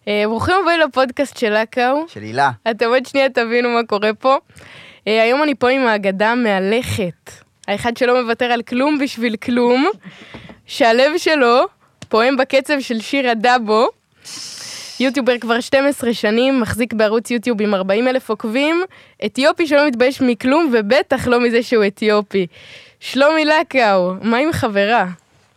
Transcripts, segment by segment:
ברוכים הבאים לפודקאסט של לקאו. של הילה. אתם עוד שנייה תבינו מה קורה פה. היום אני פה עם האגדה המהלכת. האחד שלא מוותר על כלום בשביל כלום, שהלב שלו פועם בקצב של שיר הדאבו. יוטיובר כבר 12 שנים, מחזיק בערוץ יוטיוב עם 40,000 עוקבים, אתיופי שלא מתבייש מכלום, ובטח לא מזה שהוא אתיופי. שלומי לקאו, מה עם חברה?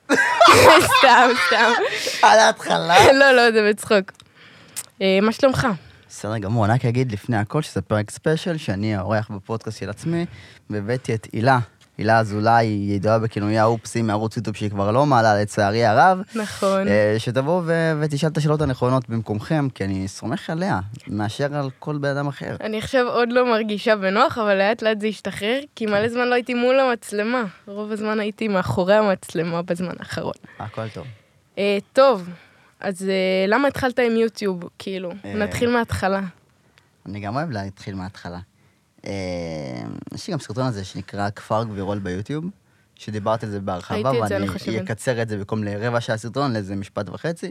סתם. על ההתחלה? לא, זה בצחוק. מה שלומך? בסדר גמור, אני רק אגיד לפני הכל שזה פרק ספיישל, שאני האורח בפודקאסט של עצמי, והבאתי את הילה. הילה אזולאי, היא ידועה בכינויה אופסי מערוץ יוטיוב שהיא כבר לא מעלה, לצערי הרב. נכון. שתבוא ותשאל את השאלות הנכונות במקומכם, כי אני סומך עליה, מאשר על כל בן אדם אחר. אני עכשיו עוד לא מרגישה בנוח, אבל לאט לאט זה ישתחרר, כי מלא זמן לא הייתי מול המצלמה. רוב הזמן הייתי מאחורי המצלמה בזמן האחרון. הכל טוב. טוב, אז למה התחלת עם יוטיוב? כאילו, נתחיל מההתחלה. אני גם אוהב להתחיל מההתחלה. יש לי גם סרטון הזה שנקרא כפר גבירול ביוטיוב, שדיברת על זה בהרחבה, ואני אקצר את זה במקום לרבע שעה סרטון, לאיזה משפט וחצי.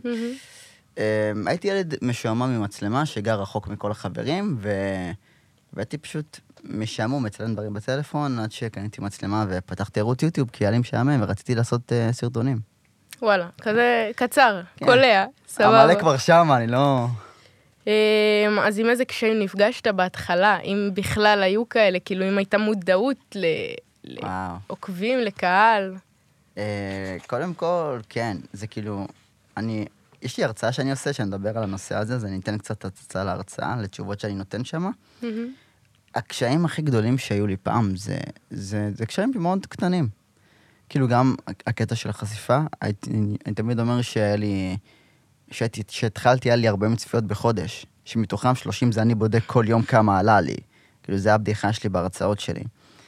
הייתי ילד משועמם ממצלמה שגר רחוק מכל החברים, והייתי פשוט משעמום, מצלם דברים בטלפון, עד שקניתי מצלמה ופתחתי ערוץ יוטיוב, כי היה לי משעמם ורציתי לעשות סרטונים. וואלה, כזה קצר, קולע, סבבה. המלא כבר שם, אני לא... אז עם איזה קשיים נפגשת בהתחלה, אם בכלל היו כאלה, כאילו אם הייתה מודעות לעוקבים, לקהל? קודם כל, כן, זה כאילו, יש לי הרצאה שאני עושה, שאני מדבר על הנושא הזה, אז אני אתן קצת הצצה להרצאה, לתשובות שאני נותן שם. הקשיים הכי גדולים שהיו לי פעם, זה קשיים מאוד קטנים. כאילו גם הקטע של החשיפה, אני תמיד אומר שהתחלתי, היה לי 40 צפיות בחודש, שמתוכם 30 זה אני בודק כל יום כמה עלה לי. כאילו, זה הבדיחה שלי בהרצאות שלי.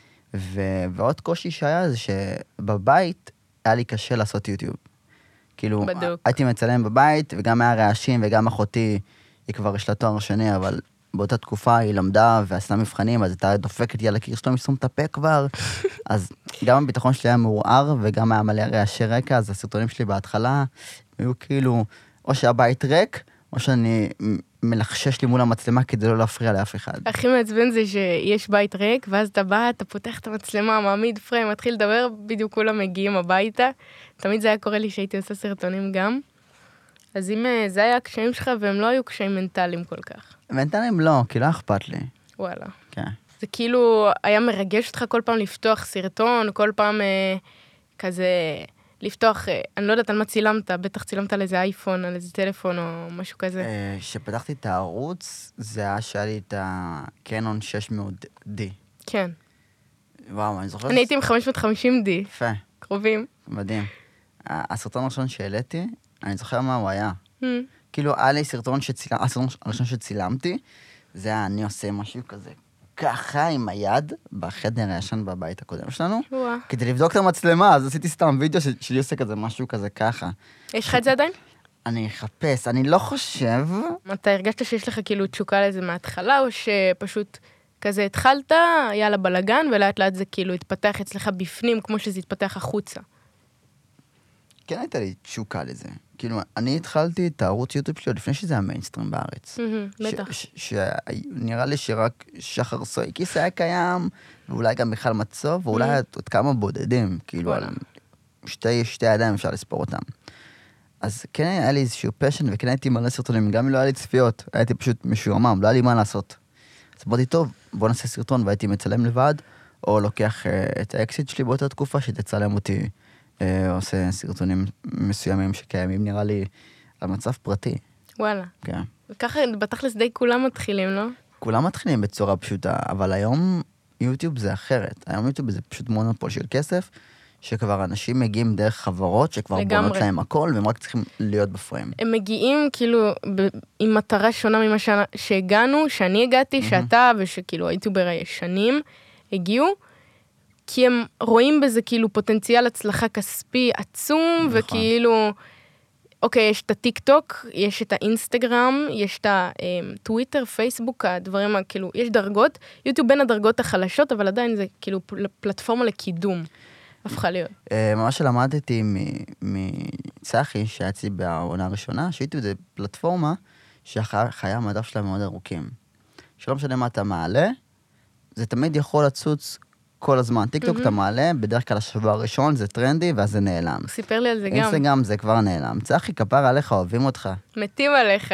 ועוד קושי שהיה זה שבבית היה לי קשה לעשות יוטיוב. כאילו, הייתי מצלם בבית, וגם היה רעשים, וגם אחותי, היא כבר יש לה תואר שני, אבל באותה תקופה היא למדה ועשתה מבחנים, אז הייתה דופקת לי על הקיר שלו, מסום את הפה כבר. אז גם הביטחון שלי היה מעורער, וגם היה מלא רעשי רקע, אז הסרטונים שלי בהתחלה היו כאילו... או שהבית ריק, או שאני מלחשש לי מול המצלמה כדי לא להפריע לאף אחד. הכי מעצבן זה שיש בית ריק, ואז אתה בא, אתה פותח את המצלמה, מעמיד פריים, מתחיל לדבר, בדיוק כולם מגיעים הביתה. תמיד זה היה קורה לי שהייתי עושה סרטונים גם. אז אם זה היה הקשיים שלך, והם לא היו קשיים מנטליים כל כך. מנטליים לא, כי לא אכפת לי. וואלה. כן. זה כאילו היה מרגש אותך כל פעם לפתוח סרטון, כל פעם כזה... לפתוח, אני לא יודעת על מה צילמת, בטח צילמת על איזה אייפון, על איזה טלפון או משהו כזה. כשפתחתי את הערוץ, זה היה שהיה לי את הקנון 600D. כן. וואו, אני זוכר... אני הייתי עם 550D. יפה. קרובים. מדהים. הסרטון הראשון שהעליתי, אני זוכר מה הוא היה. כאילו, היה לי הסרטון הראשון שצילמתי, זה היה אני עושה משהו כזה. ככה עם היד בחדר הישן בבית הקודם שלנו, כדי לבדוק את המצלמה, אז עשיתי סתם וידאו שלי עושה כזה משהו כזה ככה. יש לך את זה עדיין? אני אחפש, אני לא חושב... אתה הרגשת שיש לך כאילו תשוקה לזה מההתחלה, או שפשוט כזה התחלת, היה לה בלגן, ולאט לאט זה כאילו התפתח אצלך בפנים, כמו שזה התפתח החוצה? כן הייתה לי תשוקה לזה. כאילו, אני התחלתי את הערוץ יוטיוב שלי לפני שזה היה מיינסטרים בארץ. בטח. שנראה לי שרק שחר סויקיס היה קיים, ואולי גם מיכל מצוב, ואולי עוד כמה בודדים, כאילו, על שתי ידיים אפשר לספור אותם. אז כן היה לי איזשהו פשן, וכן הייתי מלא סרטונים, גם אם לא היה לי צפיות, הייתי פשוט משועמם, לא היה לי מה לעשות. אז אמרתי, טוב, בוא נעשה סרטון, והייתי מצלם לבד, או לוקח את האקסיט שלי באותה תקופה, שתצלם אותי, עושה סרטונים מסוימים שקיימים, נראה לי, על מצב פרטי. וואלה. כן. וככה בתכלס די כולם מתחילים, לא? כולם מתחילים בצורה פשוטה, אבל היום יוטיוב זה אחרת. היום יוטיוב זה פשוט מונופול של כסף, שכבר אנשים מגיעים דרך חברות, שכבר בונות להם הכל, והם רק צריכים להיות בפריים. הם מגיעים כאילו עם מטרה שונה ממה שהגענו, שאני הגעתי, שאתה ושכאילו היוטיובר הישנים הגיעו, כי הם רואים בזה כאילו פוטנציאל הצלחה כספי עצום, וכאילו, אוקיי, יש את הטיק טוק, יש את האינסטגרם, יש את הטוויטר, פייסבוק, הדברים, כאילו, יש דרגות, יוטיוב בין הדרגות החלשות, אבל עדיין זה כאילו פלטפורמה לקידום, הפכה להיות. ממש שלמדתי מצחי, שיצאתי בעונה הראשונה, שיוטיוב זה פלטפורמה, שהחיי המדף שלהם מאוד ארוכים. שלא משנה מה אתה מעלה, זה תמיד יכול לצוץ כל הזמן. טיקטוק אתה מעלה, בדרך כלל השבוע הראשון זה טרנדי, ואז זה נעלם. הוא סיפר לי על זה גם. אינסטגרם זה כבר נעלם. צחי, כפר עליך, אוהבים אותך. מתים עליך.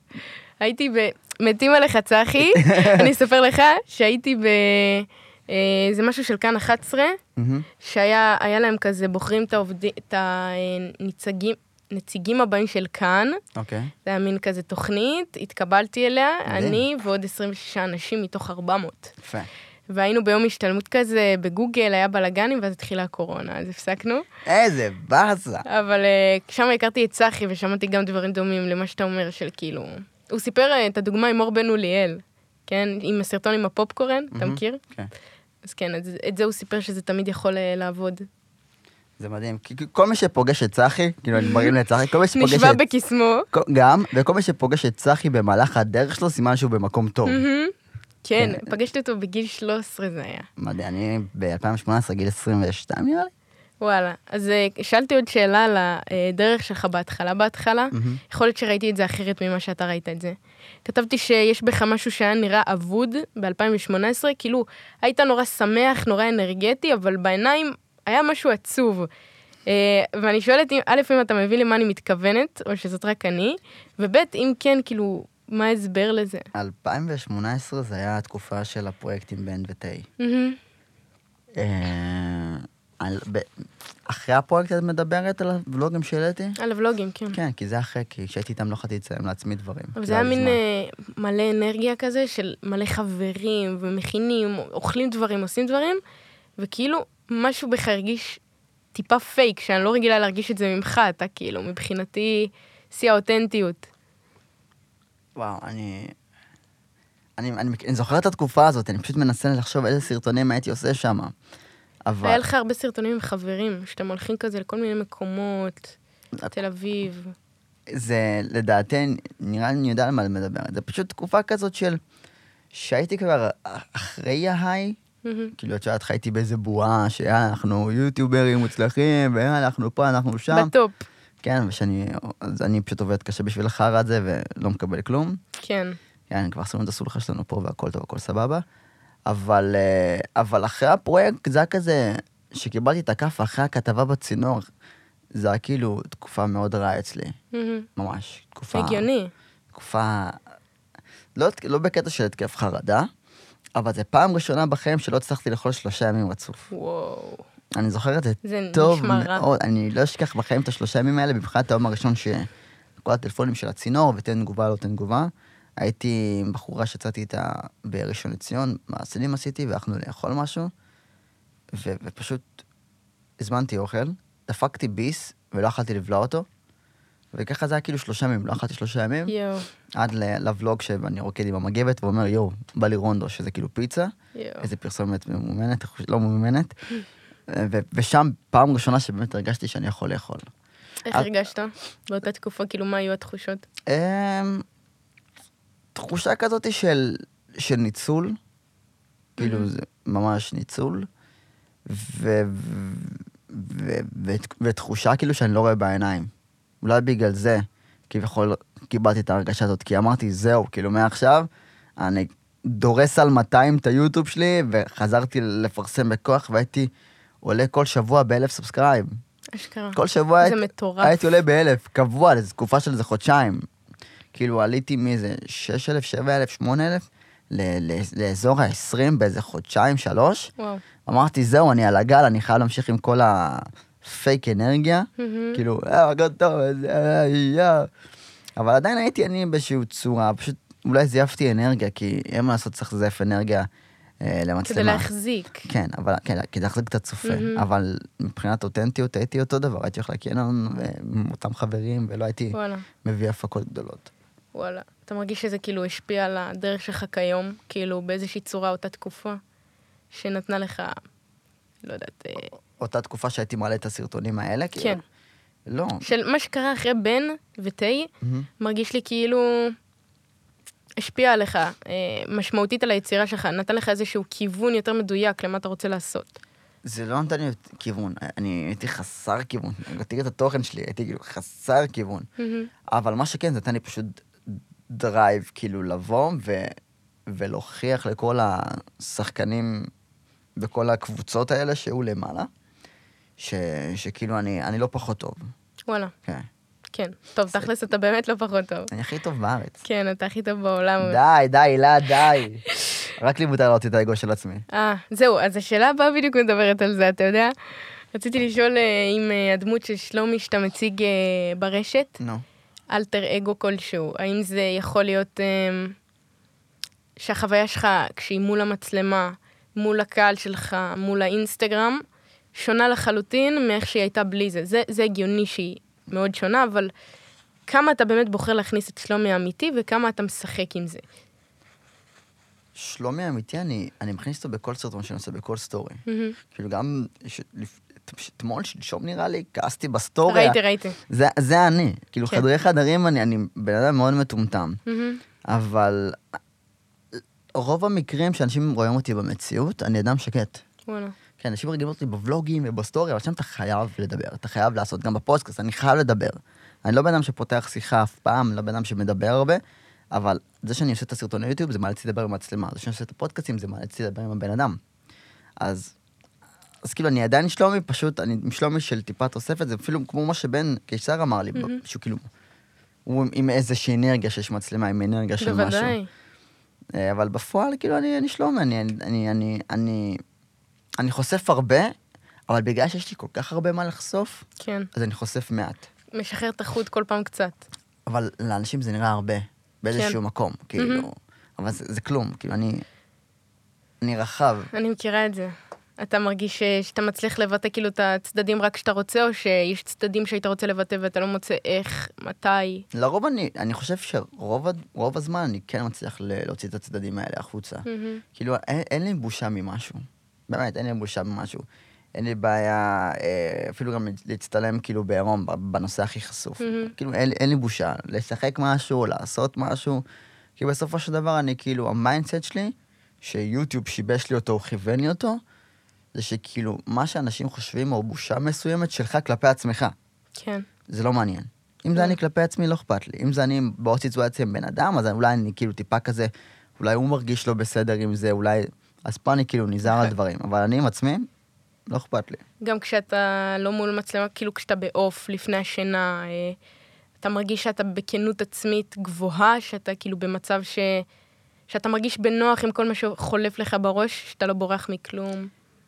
מתים עליך, צחי. אני אספר לך שהייתי זה משהו של כאן 11, שהיה להם כזה, בוחרים את הנציגים הבאים של כאן. אוקיי. זה היה מין כזה תוכנית, התקבלתי אליה, אני ועוד 26 אנשים מתוך 400. יפה. והיינו ביום השתלמות כזה בגוגל, היה בלגנים, ואז התחילה הקורונה, אז הפסקנו. איזה באסה. אבל שם הכרתי את צחי, ושמעתי גם דברים דומים למה שאתה אומר, של כאילו... הוא סיפר את הדוגמה עם אור בן אוליאל, כן? עם הסרטון עם הפופקורן, אתה מכיר? כן. אז כן, את זה הוא סיפר שזה תמיד יכול לעבוד. זה מדהים, כי כל מי שפוגש את צחי, כאילו אני מראים לצחי, כל מי שפוגש את... נשבע בקסמו. גם, וכל מי שפוגש את צחי במהלך הדרך שלו, סימן שהוא במקום טוב. כן, פגשתי אותו בגיל 13 זה היה. מדהים, אני ב-2018, גיל 22 נראה לי. וואלה, אז שאלתי עוד שאלה על הדרך שלך בהתחלה. יכול להיות שראיתי את זה אחרת ממה שאתה ראית את זה. כתבתי שיש בך משהו שהיה נראה אבוד ב-2018, כאילו היית נורא שמח, נורא אנרגטי, אבל בעיניים היה משהו עצוב. ואני שואלת, א', אם אתה מבין למה אני מתכוונת, או שזאת רק אני, וב', אם כן, כאילו, מה ההסבר לזה? 2018 זה היה התקופה של הפרויקטים בן ותי. אחרי הפרויקט את מדברת על הוולוגים שהעליתי? על הוולוגים, כן. כן, כי זה אחרי, כי כשהייתי איתם לא יכולתי לציין לעצמי דברים. אבל זה היה מין מלא אנרגיה כזה, של מלא חברים ומכינים, אוכלים דברים, עושים דברים, וכאילו משהו בך הרגיש טיפה פייק, שאני לא רגילה להרגיש את זה ממך, אתה כאילו, מבחינתי, שיא האותנטיות. וואו, אני זוכר את התקופה הזאת, אני פשוט מנסה לחשוב איזה סרטונים הייתי עושה שם. אבל... היה לך הרבה סרטונים עם חברים, שאתם הולכים כזה לכל מיני מקומות, תל אביב. זה, לדעתי, נראה לי אני יודע על מה מדבר. זה פשוט תקופה כזאת של... שהייתי כבר אחרי ההיי, כאילו, את יודעת, חייתי באיזה בועה, שאנחנו יוטיוברים מוצלחים, ואנחנו פה, אנחנו שם. בטופ. כן, אז אני פשוט עובד קשה בשביל החרא הזה, ולא מקבל כלום. כן. כן, כבר עשינו את הסולחה שלנו פה, והכל טוב, הכל סבבה. אבל אחרי הפרויקט, זה היה כזה, שקיבלתי את הכף אחרי הכתבה בצינור, זה היה כאילו תקופה מאוד רעה אצלי. ממש. תקופה... הגיוני. תקופה... לא בקטע של התקף חרדה, אבל זה פעם ראשונה בחיים שלא הצלחתי לאכול 3 ימים רצוף. וואו. אני זוכר את זה טוב מאוד. אני לא אשכח בחיים את 3 ימים האלה, בבחינת היום הראשון שכל הטלפונים של הצינור, ותן תגובה, לא תן תגובה. הייתי עם בחורה שיצאתי איתה בראשון לציון, מעשינים עשיתי, והלכנו לאכול משהו, ופשוט הזמנתי אוכל, דפקתי ביס, ולא אכלתי לבלוע אותו, וככה זה היה כאילו 3 ימים, לא אכלתי 3 ימים, עד לבלוג שאני רוקד עם המגבת, ואומר, בא לי רונדו, שזה כאילו פיצה, איזה פרסומת ממומנת, לא ממומנת, ושם פעם ראשונה שבאמת הרגשתי שאני יכול לאכול. איך הרגשת? באותה תקופה, כאילו, מה היו התחושות? תחושה כזאת של ניצול, כאילו זה ממש ניצול, ותחושה כאילו שאני לא רואה בעיניים. אולי בגלל זה, כביכול קיבלתי את ההרגשה הזאת, כי אמרתי, זהו, כאילו מעכשיו, אני דורס על 200 את היוטיוב שלי, וחזרתי לפרסם בכוח, והייתי עולה כל שבוע ב1,000 סאבסקרייב. אשכרה. כל שבוע זה מטורף. הייתי עולה ב1,000, קבוע, זו תקופה של איזה חודשיים. כאילו עליתי מאיזה 6,000, 7,000, 8,000, לאזור ה-20 באיזה חודשיים, 3. וואו. אמרתי, זהו, אני על הגל, אני חייב להמשיך עם כל הפייק אנרגיה. כאילו, רגע טוב, אבל עדיין הייתי אני באיזושהי צורה, פשוט אולי זייפתי אנרגיה, כי אין מה לעשות, צריך לזייף אנרגיה למצלמה. כדי להחזיק. כן, אבל, כן, כדי להחזיק את הצופה. אבל מבחינת אותנטיות הייתי אותו דבר, הייתי הולך לקנון עם אותם חברים, ולא הייתי מביא הפקות גדולות. וואלה. אתה מרגיש שזה כאילו השפיע על הדרך שלך כיום, כאילו באיזושהי צורה אותה תקופה, שנתנה לך, לא יודעת... אותה תקופה שהייתי מעלה את הסרטונים האלה? כן. כאילו, לא. של מה שקרה אחרי בן ותי, מרגיש לי כאילו... השפיע עליך משמעותית על היצירה שלך, נתן לך איזשהו כיוון יותר מדויק למה אתה רוצה לעשות. זה לא נתן לי כיוון, אני הייתי חסר כיוון, תראי את התוכן שלי, הייתי כאילו חסר כיוון, אבל מה שכן, זה נתן לי פשוט דרייב כאילו לבוא ולהוכיח לכל השחקנים בכל הקבוצות האלה שהוא למעלה, שכאילו אני לא פחות טוב. וואלה. כן. כן. טוב, תכלס אתה באמת לא פחות טוב. אני הכי טוב בארץ. כן, אתה הכי טוב בעולם. די, הילה, די. רק לי מותר להוציא את האגו של עצמי. זהו, אז השאלה הבאה בדיוק מדברת על זה, אתה יודע? רציתי לשאול אם הדמות של שלומי שאתה מציג ברשת, אלטר אגו כלשהו, האם זה יכול להיות שהחוויה שלך, כשהיא מול המצלמה, מול הקהל שלך, מול האינסטגרם, שונה לחלוטין מאיך שהיא הייתה בלי זה. זה הגיוני שהיא מאוד שונה, אבל כמה אתה באמת בוחר להכניס את שלומי האמיתי, וכמה אתה משחק עם זה? שלומי האמיתי, אני מכניס אותו בכל סרטון שאני עושה, בכל סטורי. כאילו גם, אתמול שלשום נראה לי, כעסתי בסטורי. ראיתי. זה אני. כאילו חדרים, אני בן אדם מאוד מטומטם. אבל רוב המקרים שאנשים רואים אותי במציאות, אני אדם שקט. וואלה. כן, אנשים רגילים אותי בוולוגים ובסטורי, אבל שם אתה חייב לדבר, אתה חייב לעשות, גם בפודקאסט, אני חייב לדבר. אני לא בן אדם שפותח שיחה אף פעם, לא בן אדם שמדבר הרבה, אבל זה שאני עושה את הסרטוני יוטיוב, זה מאלץ לדבר עם המצלמה, זה שאני עושה את הפודקאסטים, זה מאלץ לדבר עם הבן אדם. אז כאילו, אני עדיין שלומי, פשוט, אני עם שלומי של טיפה תוספת, זה אפילו כמו מה שבן קיסר אמר לי, שהוא כאילו, הוא עם איזושהי אנרגיה שיש מצלמה, עם אנרגיה של משהו. בוודאי. אבל בפועל, כאילו, אני שלומי, אני חושף הרבה, אבל בגלל שיש לי כל כך הרבה מה לחשוף, כן. אז אני חושף מעט. משחרר את החוט כל פעם קצת. אבל לאנשים זה נראה הרבה, באיזשהו מקום, כאילו, אבל זה כלום, כאילו, אני רחב. אני מכירה את זה. אתה מרגיש שאתה מצליח לבטא כאילו את הצדדים רק שאתה רוצה, או שיש צדדים שהיית רוצה לבטא ואתה לא מוצא איך, מתי? לרוב אני חושב שרוב הזמן אני כן מצליח להוציא את הצדדים האלה החוצה. כאילו, אין לי בושה ממשהו. באמת, אין לי בושה ממשהו. אין לי בעיה, אפילו גם להצטלם כאילו בעירום, בנושא הכי חשוף. כאילו, אין לי בושה לשחק משהו, לעשות משהו. כי בסופו של דבר אני כאילו, המיינדסט שלי, שיוטיוב שיבש לי אותו, הוא כיוון לי אותו, זה שכאילו, מה שאנשים חושבים, או בושה מסוימת שלך כלפי עצמך. כן. זה לא מעניין. אם זה אני כלפי עצמי, לא אכפת לי. אם זה אני בעוד סיטואציה עם בן אדם, אז אולי אני כאילו טיפה כזה, אולי הוא מרגיש לא בסדר עם זה, אולי... אז פה אני כאילו נזהר על דברים. אבל אני עם עצמי, לא אכפת לי. גם כשאתה לא מול מצלמה, כאילו כשאתה באוף לפני השינה, אתה מרגיש שאתה בכנות עצמית גבוהה, שאתה כאילו במצב שאתה מרגיש בנוח עם כל מה שחולף לך בראש, שאתה לא בורח מכלום.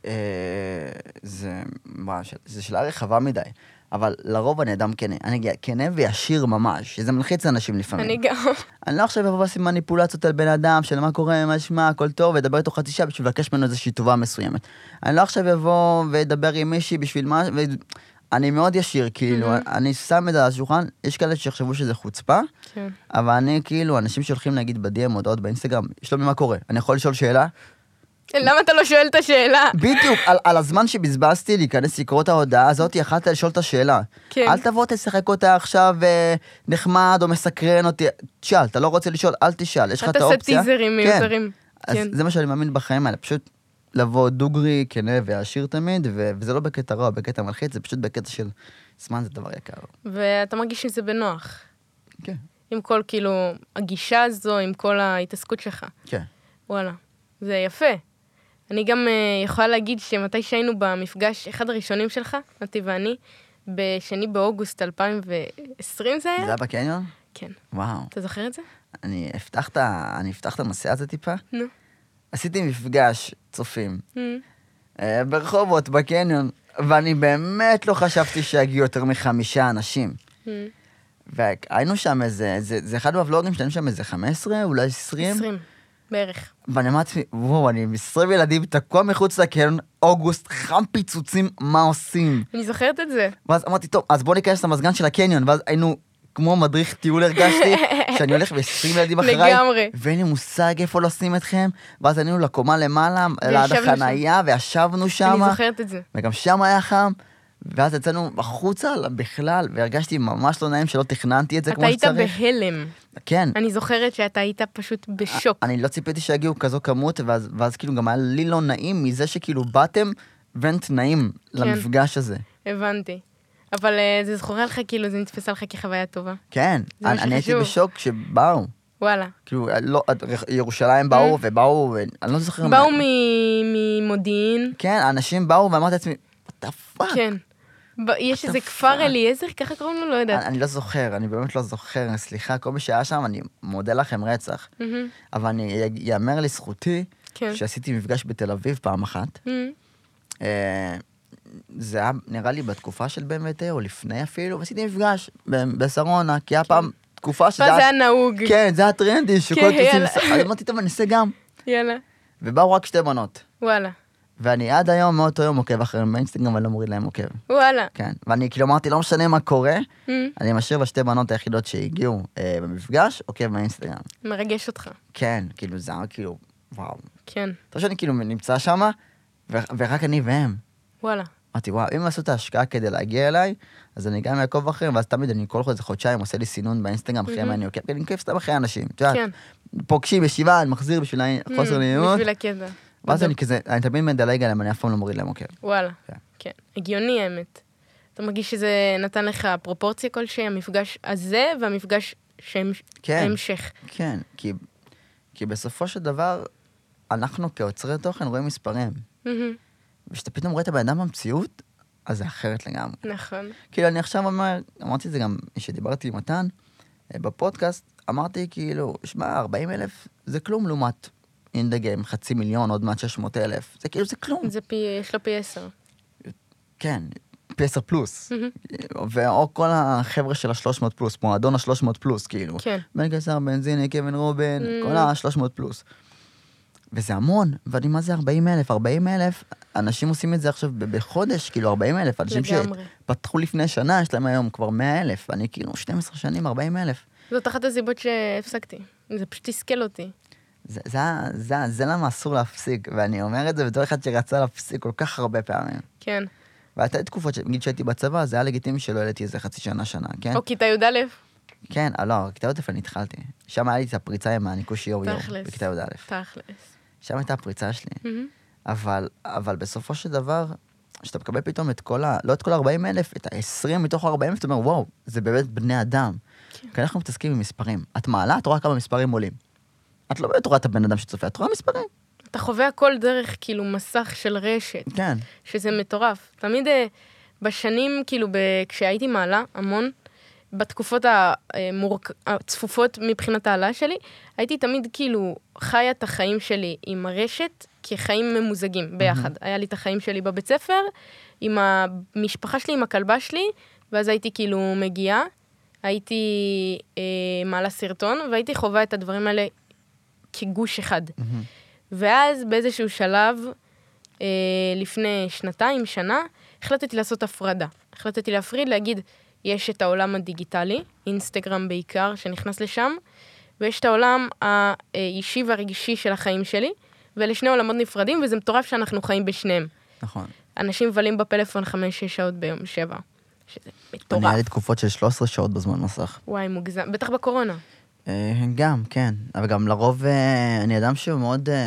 זה שאלה רחבה מדי, אבל לרוב אני אדם כנה. אני כנה וישיר ממש, שזה מלחיץ אנשים לפעמים. אני גם. אני לא עכשיו אבוא ועושים מניפולציות על בן אדם, של מה קורה, מה שמע, הכל טוב, ודבר איתו חצי שעה בשביל לבקש ממנו איזושהי טובה מסוימת. אני לא עכשיו אבוא ודבר עם מישהי בשביל מה, אני מאוד ישיר, כאילו, אני שם את זה על השולחן, יש כאלה שיחשבו שזה חוצפה, אבל אני כאילו, אנשים שהולכים להגיד בדיאם, הודעות באינסטגרם, שלומי, מה קורה? אני יכול לשאול שאלה? למה אתה לא שואל את השאלה? בדיוק, על הזמן שבזבזתי להיכנס לקרוא את ההודעה הזאת, יכלת לשאול את השאלה. כן. אל תבוא תשחק אותה עכשיו נחמד או מסקרן אותי. תשאל, אתה לא רוצה לשאול, אל תשאל, יש לך את האופציה. אתה עושה טיזרים מיותרים. אז זה מה שאני מאמין בחיים האלה, פשוט לבוא דוגרי, כנה ועשיר תמיד, וזה לא בקטע רע, בקטע מלחיץ, זה פשוט בקטע של זמן זה דבר יקר. ואתה מרגיש שזה בנוח. כן. עם כל כאילו הגישה הזו, עם כל ההתעסקות שלך. כן. וואלה, זה יפה. אני גם יכולה להגיד שמתי שהיינו במפגש, אחד הראשונים שלך, נתי ואני, בשני באוגוסט 2020 זה היה? זה היה בקניון? כן. וואו. אתה זוכר את זה? אני אפתח את הנושא הזה טיפה. נו. עשיתי מפגש צופים. ברחובות, בקניון, ואני באמת לא חשבתי שיגיעו יותר מ5 אנשים. והיינו שם זה אחד מהוולוגים שלנו שם איזה 15, אולי 20. 20, בערך. ואני אמרתי לעצמי, וואו, אני עם 20 ילדים, תקוע מחוץ לקניון, אוגוסט, חם פיצוצים, מה עושים? אני זוכרת את זה. ואז אמרתי, טוב, אז בוא ניכנס למזגן של הקניון, ואז היינו כמו מדריך טיול הרגשתי, שאני הולך ו20 ילדים אחריי, לגמרי. ואין לי מושג איפה לשים אתכם, ואז עלינו לקומה למעלה, ליד החנייה, וישבנו שם. אני זוכרת את זה. וגם שם היה חם, ואז יצאנו החוצה בכלל, והרגשתי ממש לא נעים שלא תכננתי את זה כמו שצריך. אתה היית בהלם. כן. אני זוכרת שאתה היית פשוט בשוק. אני לא ציפיתי שיגיעו כזו כמות, ואז כאילו גם היה לי לא נעים מזה שכאילו באתם ואין תנאים למפגש הזה. הבנתי. אבל זה זכורה לך, כאילו זה נתפסה לך כחוויה טובה. כן, אני הייתי בשוק שבאו. וואלה. כאילו, לא, ירושלים באו ובאו, אני לא זוכר. באו ממודיעין. כן, אנשים באו ואמרתי לעצמי, what the fuck? כן. יש איזה כפר אליעזר, ככה קוראים לו, לא יודעת. אני לא זוכר, אני באמת לא זוכר, סליחה, כל מי שהיה שם, אני מודה לכם רצח. אבל אני יאמר לזכותי, שעשיתי מפגש בתל אביב פעם אחת. זה היה נראה לי בתקופה של BMW, או לפני אפילו, ועשיתי מפגש בסרונה, כי היה פעם תקופה שזה היה נהוג. כן, זה היה טרנדי, שכל תוסעים, אמרתי, טוב, אני אעשה גם. יאללה. ובאו רק 2 בנות. וואלה. ואני עד היום, מאותו יום עוקב אחריהם באינסטגרם, ואני לא מוריד להם עוקב. וואלה. כן, ואני כאילו אמרתי, לא משנה מה קורה, אני משאיר ל2 בנות היחידות שהגיעו במפגש, עוקב באינסטגרם. מרגש אותך. כן, כאילו, זה היה כאילו, וואו. כן. טוב שאני כאילו נמצא שם, ורק אני והם. וואלה. אמרתי, וואו, אם עשו את ההשקעה כדי להגיע אליי, אז אני גם אעקוב אחריהם, ואז תמיד אני כל חודשיים עושה לי סינון באינסטגרם אחריהם, אני עוקב סתם אחרי אנשים. כן. פוגשים ישיבה, אני מחזיר בשביל חוסר נעימות. בשביל הקטע. ואז אני כזה, אני תמיד מדלג עליהם, אני אף פעם לא מוריד להם עוקב. וואלה. כן. הגיוני האמת. אתה מרגיש שזה נתן לך פרופורציה כלשהי, המפגש הזה והמפגש ההמשך. כן, כי בסופו של דבר, אנחנו כיוצרי תוכן רואים מספרים. ושאתה פתאום רואה את הבן אדם במציאות, אז זה אחרת לגמרי. נכון. כאילו, אני עכשיו אומר, אמרתי את זה גם, כשדיברתי עם מתן, בפודקאסט, אמרתי כאילו, שמע, 40,000 זה כלום לעומת אינדגיים, 500,000, עוד מעט 600,000. זה כאילו, זה כלום. יש לו פי 10. כן, פי 10 פלוס. או כל החבר'ה של ה-300 פלוס, מועדון ה-300 פלוס, כאילו. כן. בן קיסר, בנזיני, קווין רובין, כל ה-300 פלוס. וזה המון, ואני מה זה 40,000? 40,000, אנשים עושים את זה עכשיו בחודש, כאילו 40,000, אנשים שפתחו לפני שנה, יש להם היום כבר 100,000, ואני כאילו 12 שנים, 40,000. זאת אחת הסיבות שהפסקתי, זה פשוט תסכל אותי. זה למה אסור להפסיק, ואני אומר את זה בתור אחד שרצה להפסיק כל כך הרבה פעמים. כן. והייתה תקופות, נגיד שהייתי בצבא, זה היה לגיטימי שלא העליתי איזה חצי שנה, כן? או כיתה י"א? כן, לא, כיתה י"א אני התחלתי. שם היה לי את הפריצה עם הניקוש יור בכיתה י"א. תכלס. שם הייתה הפריצה שלי. אבל בסופו של דבר, שאתה מקבל פתאום את כל לא את כל 40,000, את ה-20 מתוך 40,000, אתה אומר, וואו, זה באמת בני אדם. כי אנחנו מתעסקים עם מספרים. את מעלה, את רואה כמה מספרים עולים. את לא באמת רואה את הבן אדם שצופה, את רואה מספרים. אתה חווה הכל דרך, כאילו, מסך של רשת. כן. שזה מטורף. תמיד בשנים, כאילו, כשהייתי מעלה המון, בתקופות הצפופות מבחינת העלה שלי, הייתי תמיד כאילו חיה את החיים שלי עם הרשת כחיים ממוזגים ביחד. היה לי את החיים שלי בבית ספר, עם המשפחה שלי, עם הכלבה שלי, ואז הייתי כאילו מגיעה, הייתי מעלה סרטון, והייתי חווה את הדברים האלה כגוש אחד. ואז באיזשהו שלב, לפני 2 שנה, החלטתי לעשות הפרדה. החלטתי להפריד, להגיד, יש את העולם הדיגיטלי, אינסטגרם בעיקר, שנכנס לשם, ויש את העולם האישי והרגישי של החיים שלי, ואלה 2 עולמות נפרדים, וזה מטורף שאנחנו חיים בשניהם. נכון. אנשים מבלים בפלאפון 5-6 שעות ביום, 7. שזה מטורף. אני היה לי תקופות של 13 שעות בזמן מסך. וואי, מוגזם. בטח בקורונה. גם, כן. אבל גם לרוב, אני אדם שהוא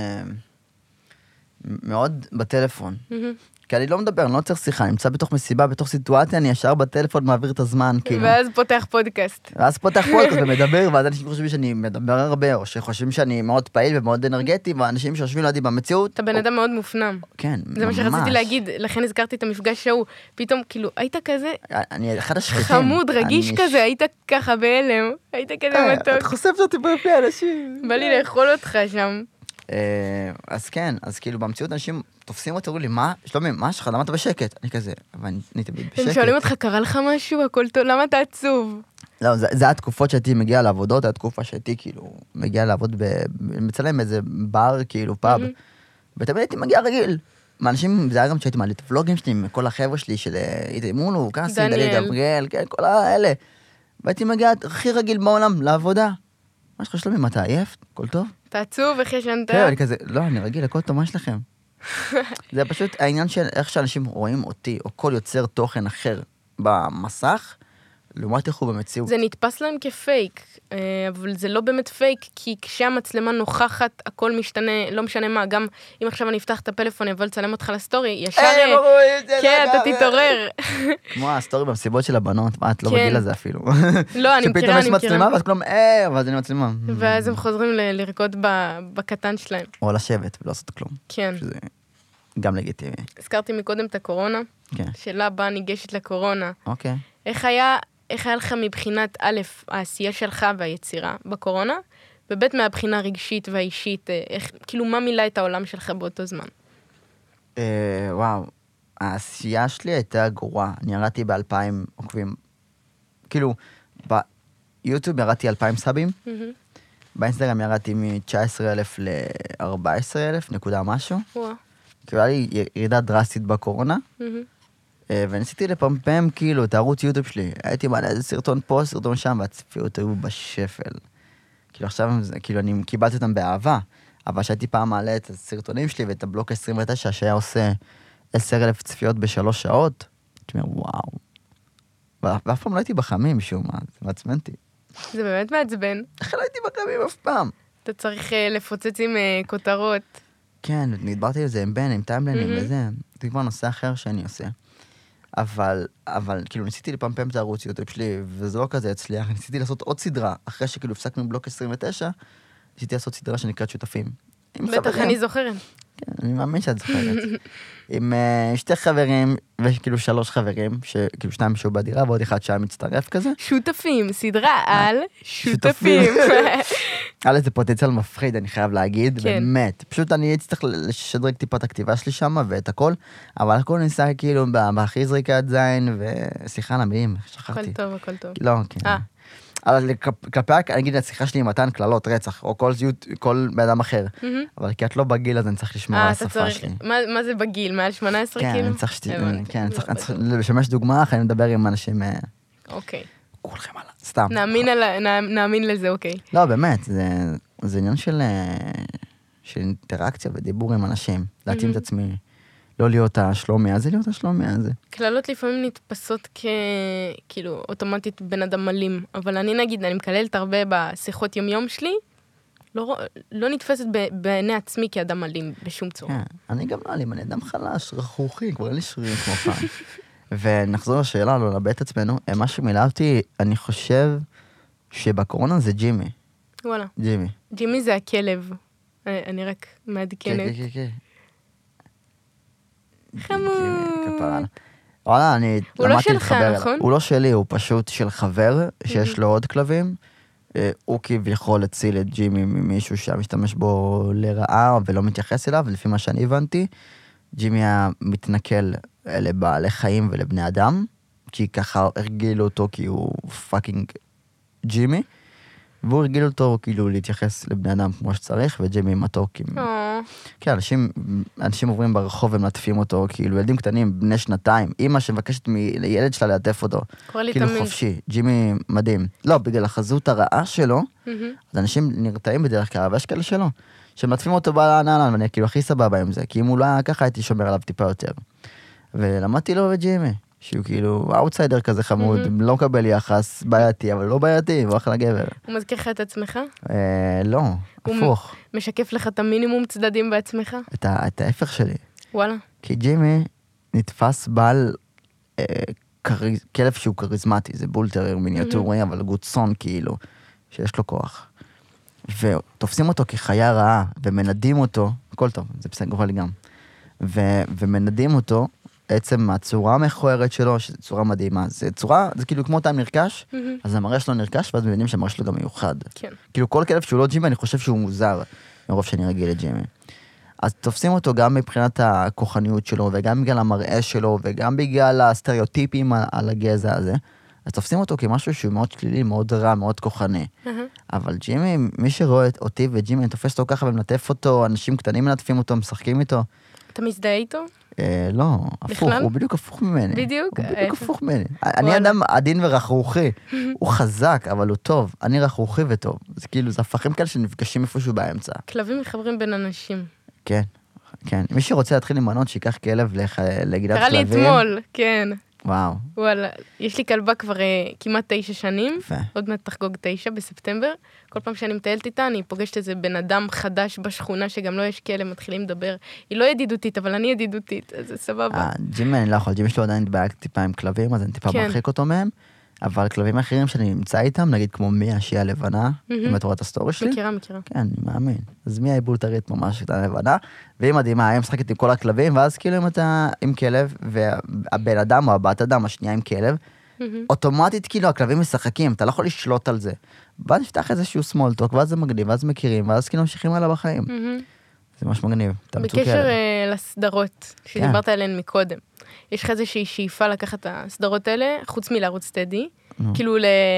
מאוד בטלפון. כי אני לא מדבר, אני לא צריך שיחה, אני נמצא בתוך מסיבה, בתוך סיטואציה, אני ישר בטלפון מעביר את הזמן, כאילו. ואז פותח פודקאסט. ומדבר, ואז אנשים חושבים שאני מדבר הרבה, או שחושבים שאני מאוד פעיל ומאוד אנרגטי, ואנשים שיושבים לידי במציאות. אתה בן אדם מאוד מופנם. כן, ממש. זה מה שרציתי להגיד, לכן הזכרתי את המפגש שהוא, פתאום, כאילו, היית כזה... אני אחד השקטים. חמוד, רגיש כזה, היית ככה בהלם, היית כזה מתוק. את חושפת אותי בפני אנשים. בא לי לאכול אותך שם. אז כן, אז כאילו במציאות אנשים תופסים אותי, אומרים לי, מה? שלומי, מה שלך? למה אתה בשקט? אני כזה, אבל אני תמיד בשקט. הם שואלים אותך, קרה לך משהו? הכל טוב, למה אתה עצוב? לא, זה התקופות שהייתי מגיע לעבודות, התקופה שהייתי כאילו מגיע לעבוד מצלם איזה בר, כאילו פאב, ותמיד הייתי מגיע רגיל. מאנשים, זה היה גם שהייתי מעלה את הפלוגים שלי, עם כל החבר'ה שלי של איתי מונו, קאסי, דלית אבריאל, כן, כל האלה. והייתי מגיע הכי רגיל בעולם לעבודה. מה שלך שלומי, מה אתה עייף? הכל טוב? אתה עצוב, איך ישנת? כן, אני כזה, לא, אני רגיל, הכל טוב, מה שלכם? זה פשוט העניין של איך שאנשים רואים אותי, או כל יוצר תוכן אחר במסך, לעומת איך הוא במציאות. זה נתפס להם כפייק, אבל זה לא באמת פייק, כי כשהמצלמה נוכחת, הכל משתנה, לא משנה מה, גם אם עכשיו אני אפתח את הפלאפון, יבוא לצלם אותך לסטורי, ישר... כן, אתה תתעורר. כמו הסטורי במסיבות של הבנות, מה, את לא רגיל לזה אפילו. לא, אני מכירה, שפתאום יש מצלמה, ואז כלום, ואז אני מצלמה. ואז הם חוזרים לרקוד בקטן שלהם. או לשבת ולא לעשות כלום. כן. שזה גם לגיטימי. הזכרתי מקודם את הקורונה, כן. שאלה באה ניגשת לקורונה. אוקיי. איך היה לך מבחינת א', העשייה שלך והיצירה בקורונה, וב' מהבחינה הרגשית והאישית, כאילו מה מילא את העולם שלך באותו זמן? וואו, העשייה שלי הייתה גרועה. אני ירדתי ב-2,000 עוקבים. כאילו, ביוטיוב ירדתי 2,000 סאבים, באינסטגרם ירדתי מ-19,000 ל-14,000, נקודה משהו. וואו. כאילו, היה לי ירידה דרסטית בקורונה, וניסיתי לפמפם כאילו את הערוץ יוטיוב שלי. הייתי מעלה איזה סרטון פה, סרטון שם, והצפיות היו בשפל. כאילו עכשיו, כאילו אני קיבלתי אותם באהבה, אבל שהייתי פעם מעלה את הסרטונים שלי ואת הבלוק 29 שהיה עושה 10,000 צפיות ב3 שעות, הייתי אומר וואו. ואף פעם לא הייתי בחמים משום מה, זה מעצמנתי. זה באמת מעצבן. איך לא הייתי בחמים אף פעם? אתה צריך לפוצץ עם כותרות. כן, נדברתי על זה עם בן, עם טיימלנים וזה, זה כבר נושא אחר שאני עושה. אבל כאילו ניסיתי לפמפם את הערוץ יוטיוב שלי, וזה לא כזה הצליח, ניסיתי לעשות עוד סדרה, אחרי שכאילו הפסקנו בלוק 29, ניסיתי לעשות סדרה שנקראת שותפים. בטח, אני זוכרת. כן, אני מאמין שאת זוכרת. עם 2 חברים, וכאילו 3 חברים, כאילו 2 שהוא בדירה, ועוד אחד שהיה מצטרף כזה. שותפים, סדרה על שותפים. היה זה פוטנציאל מפחיד, אני חייב להגיד, באמת. פשוט אני צריך לשדרג טיפה את הכתיבה שלי שם, ואת הכל, אבל הכל ניסה כאילו בהכי זריקת זין, ושיחה על המילים, שכחתי. הכל טוב, הכל טוב. לא, כן. אבל כלפי, אני אגיד, השיחה שלי עם מתן כללות, רצח, או כל בן אדם אחר. אבל כי את לא בגיל, אז אני צריך לשמור על השפה שלי. מה זה בגיל? מעל 18 כאילו? כן, אני צריך לשמש דוגמה, אחרי אני מדבר עם אנשים... אוקיי. כולכם עלה, סתם. נאמין לזה, אוקיי. לא, באמת, זה עניין של אינטראקציה ודיבור עם אנשים. להתאים את עצמי, לא להיות השלומי הזה, להיות השלומי הזה. כללות לפעמים נתפסות כאילו אוטומטית בן אדם אלים, אבל אני נגיד, אני מקללת הרבה בשיחות יום שלי, לא נתפסת בעיני עצמי כאדם אלים בשום צורה. כן, אני גם לא אלים, אני אדם חלש, רכרוכי, כבר אין לי שרירים כמו פעם. ונחזור לשאלה, לא לבית עצמנו, מה שמילא אותי, אני חושב שבקורונה זה ג'ימי. וואלה. ג'ימי. ג'ימי זה הכלב. אני רק מעדכנת. כן. חמוד. וואלה, אני למדתי להתחבר אליו. נכון? הוא לא שלי, הוא פשוט של חבר שיש לו עוד כלבים. הוא כביכול הציל את ג'ימי ממישהו שמשתמש בו לרעה ולא מתייחס אליו, ולפי מה שאני הבנתי, ג'ימי היה מתנכל לבעלי חיים ולבני אדם, כי ככה הרגיל אותו כי הוא פאקינג ג'ימי, והוא הרגיל אותו כאילו להתייחס לבני אדם כמו שצריך, וג'ימי מתוק עם... כן, אנשים עוברים ברחוב ומלטפים אותו, כאילו ילדים קטנים, בני 2, אמא שמבקשת מילד שלה לעטף אותו. כאילו חופשי, ג'ימי מדהים. לא, בגלל החזות הרעה שלו, אז אנשים נרתעים בדרך כלל, ויש כאלה שלא. שמלטפים אותו בענן, ואני כאילו הכי סבבה עם זה, כי אם הוא לא היה ככה, הייתי שומר עליו טיפה יותר. ולמדתי לו וג'ימי, שהוא כאילו אאוטסיידר כזה חמוד, לא מקבל יחס בעייתי, אבל לא בעייתי, הוא אחלה גבר. הוא מזכיר לך את עצמך? לא, הפוך. הוא משקף לך את המינימום צדדים בעצמך? את ההפך שלי. וואלה. כי ג'ימי נתפס בעל כלב שהוא כריזמטי, זה בולטרר מיניאטורי, אבל גוצון כאילו, שיש לו כוח. ותופסים אותו כחיה רעה, ומנדים אותו, הכל טוב, זה בסדר גובה לי גם. ומנדים אותו, בעצם הצורה המכוערת שלו, שזו צורה מדהימה, זה כאילו כמו טעם נרכש, אז המראה שלו נרכש, ואז מבינים שהמראה שלו גם מיוחד. כן. כאילו כל כלב שהוא לא ג'ימי, אני חושב שהוא מוזר, מרוב שאני רגיל לג'ימי. אז תופסים אותו גם מבחינת הכוחניות שלו, וגם בגלל המראה שלו, וגם בגלל הסטריאוטיפים על הגזע הזה, אז תופסים אותו כמשהו שהוא מאוד שלילי, מאוד רע, מאוד כוחני. אבל ג'ימי, מי שרואה אותי וג'ימי, אני תופס אותו ככה ומנטף אותו, אנשים קטנים מנטפים אותו, משחקים איתו. אתה מזדהה איתו? לא, הפוך, הוא בדיוק הפוך ממני. בדיוק? הוא בדיוק הפוך ממני. אני אדם עדין ורחרוכי, הוא חזק, אבל הוא טוב. אני רחרוכי וטוב. זה כאילו, זה הפכים כאלה שנפגשים איפשהו באמצע. כלבים מחברים בין אנשים. כן, כן. מי שרוצה להתחיל עם מנות, שיקח כלב לגינת כלבים. קרא לי אתמול, כן. וואו. וואלה, יש לי כלבה כבר כמעט 9 שנים, יפה. עוד מעט תחגוג 9 בספטמבר. כל פעם שאני מטיילת איתה, אני פוגשת איזה בן אדם חדש בשכונה, שגם לא יש כאלה, מתחילים לדבר. היא לא ידידותית, אבל אני ידידותית, אז זה סבבה. ג'ימי אני לא יכול, ג'ימי יש לו עדיין בעיה טיפה עם כלבים, אז אני טיפה כן. מרחיק אותו מהם, אבל כלבים אחרים שאני נמצא איתם, נגיד כמו מיה, שהיא הלבנה, אם את רואה את הסטורי שלי, מכירה. כן, אני מאמין. אז מיה היא בולטרית ממש הייתה לבנה, והיא מדהימה, היא משחקת עם כל הכלבים, ואז כאילו אם אתה עם כלב, והבן אדם או הבת אדם השנייה עם כלב, אוטומטית כאילו הכלבים משחקים, אתה לא יכול לשלוט על זה. ואז נפתח איזשהו סמולטוק, ואז זה מגניב, ואז מכירים, ואז כאילו ממשיכים עליו בחיים. זה ממש מגניב. בקשר לסדרות שדיברת עליהן מקודם, יש לך איזושהי שאיפה לקחת את הסדרות האלה, חוץ מלערוץ טדי, כאילו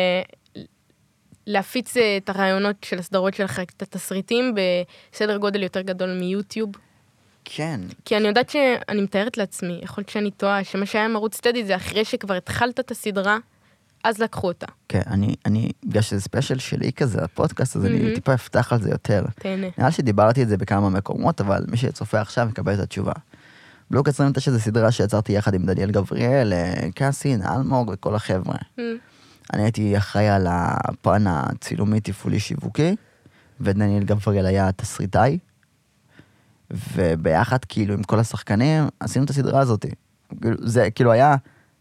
להפיץ את הרעיונות של הסדרות שלך, את התסריטים בסדר גודל יותר גדול מיוטיוב? כן. כי אני יודעת שאני מתארת לעצמי, יכול להיות שאני טועה, שמה שהיה עם ערוץ טדי זה אחרי שכבר התחלת את הסדרה, אז לקחו אותה. כן, בגלל שזה ספיישל שלי כזה, הפודקאסט, אז אני טיפה אפתח על זה יותר. תהנה. נראה שדיברתי את זה בכמה מקומות, אבל מי שצופה עכשיו יקבל את התשובה. בלוק 29 זה סדרה שיצרתי יחד עם דניאל גבריאל, קאסין, אלמוג וכל החבר'ה. אני הייתי אחראי על הפן הצילומי תפעולי שיווקי, ודניאל גבריאל היה תסריטאי, וביחד כאילו עם כל השחקנים עשינו את הסדרה הזאת. זה כאילו היה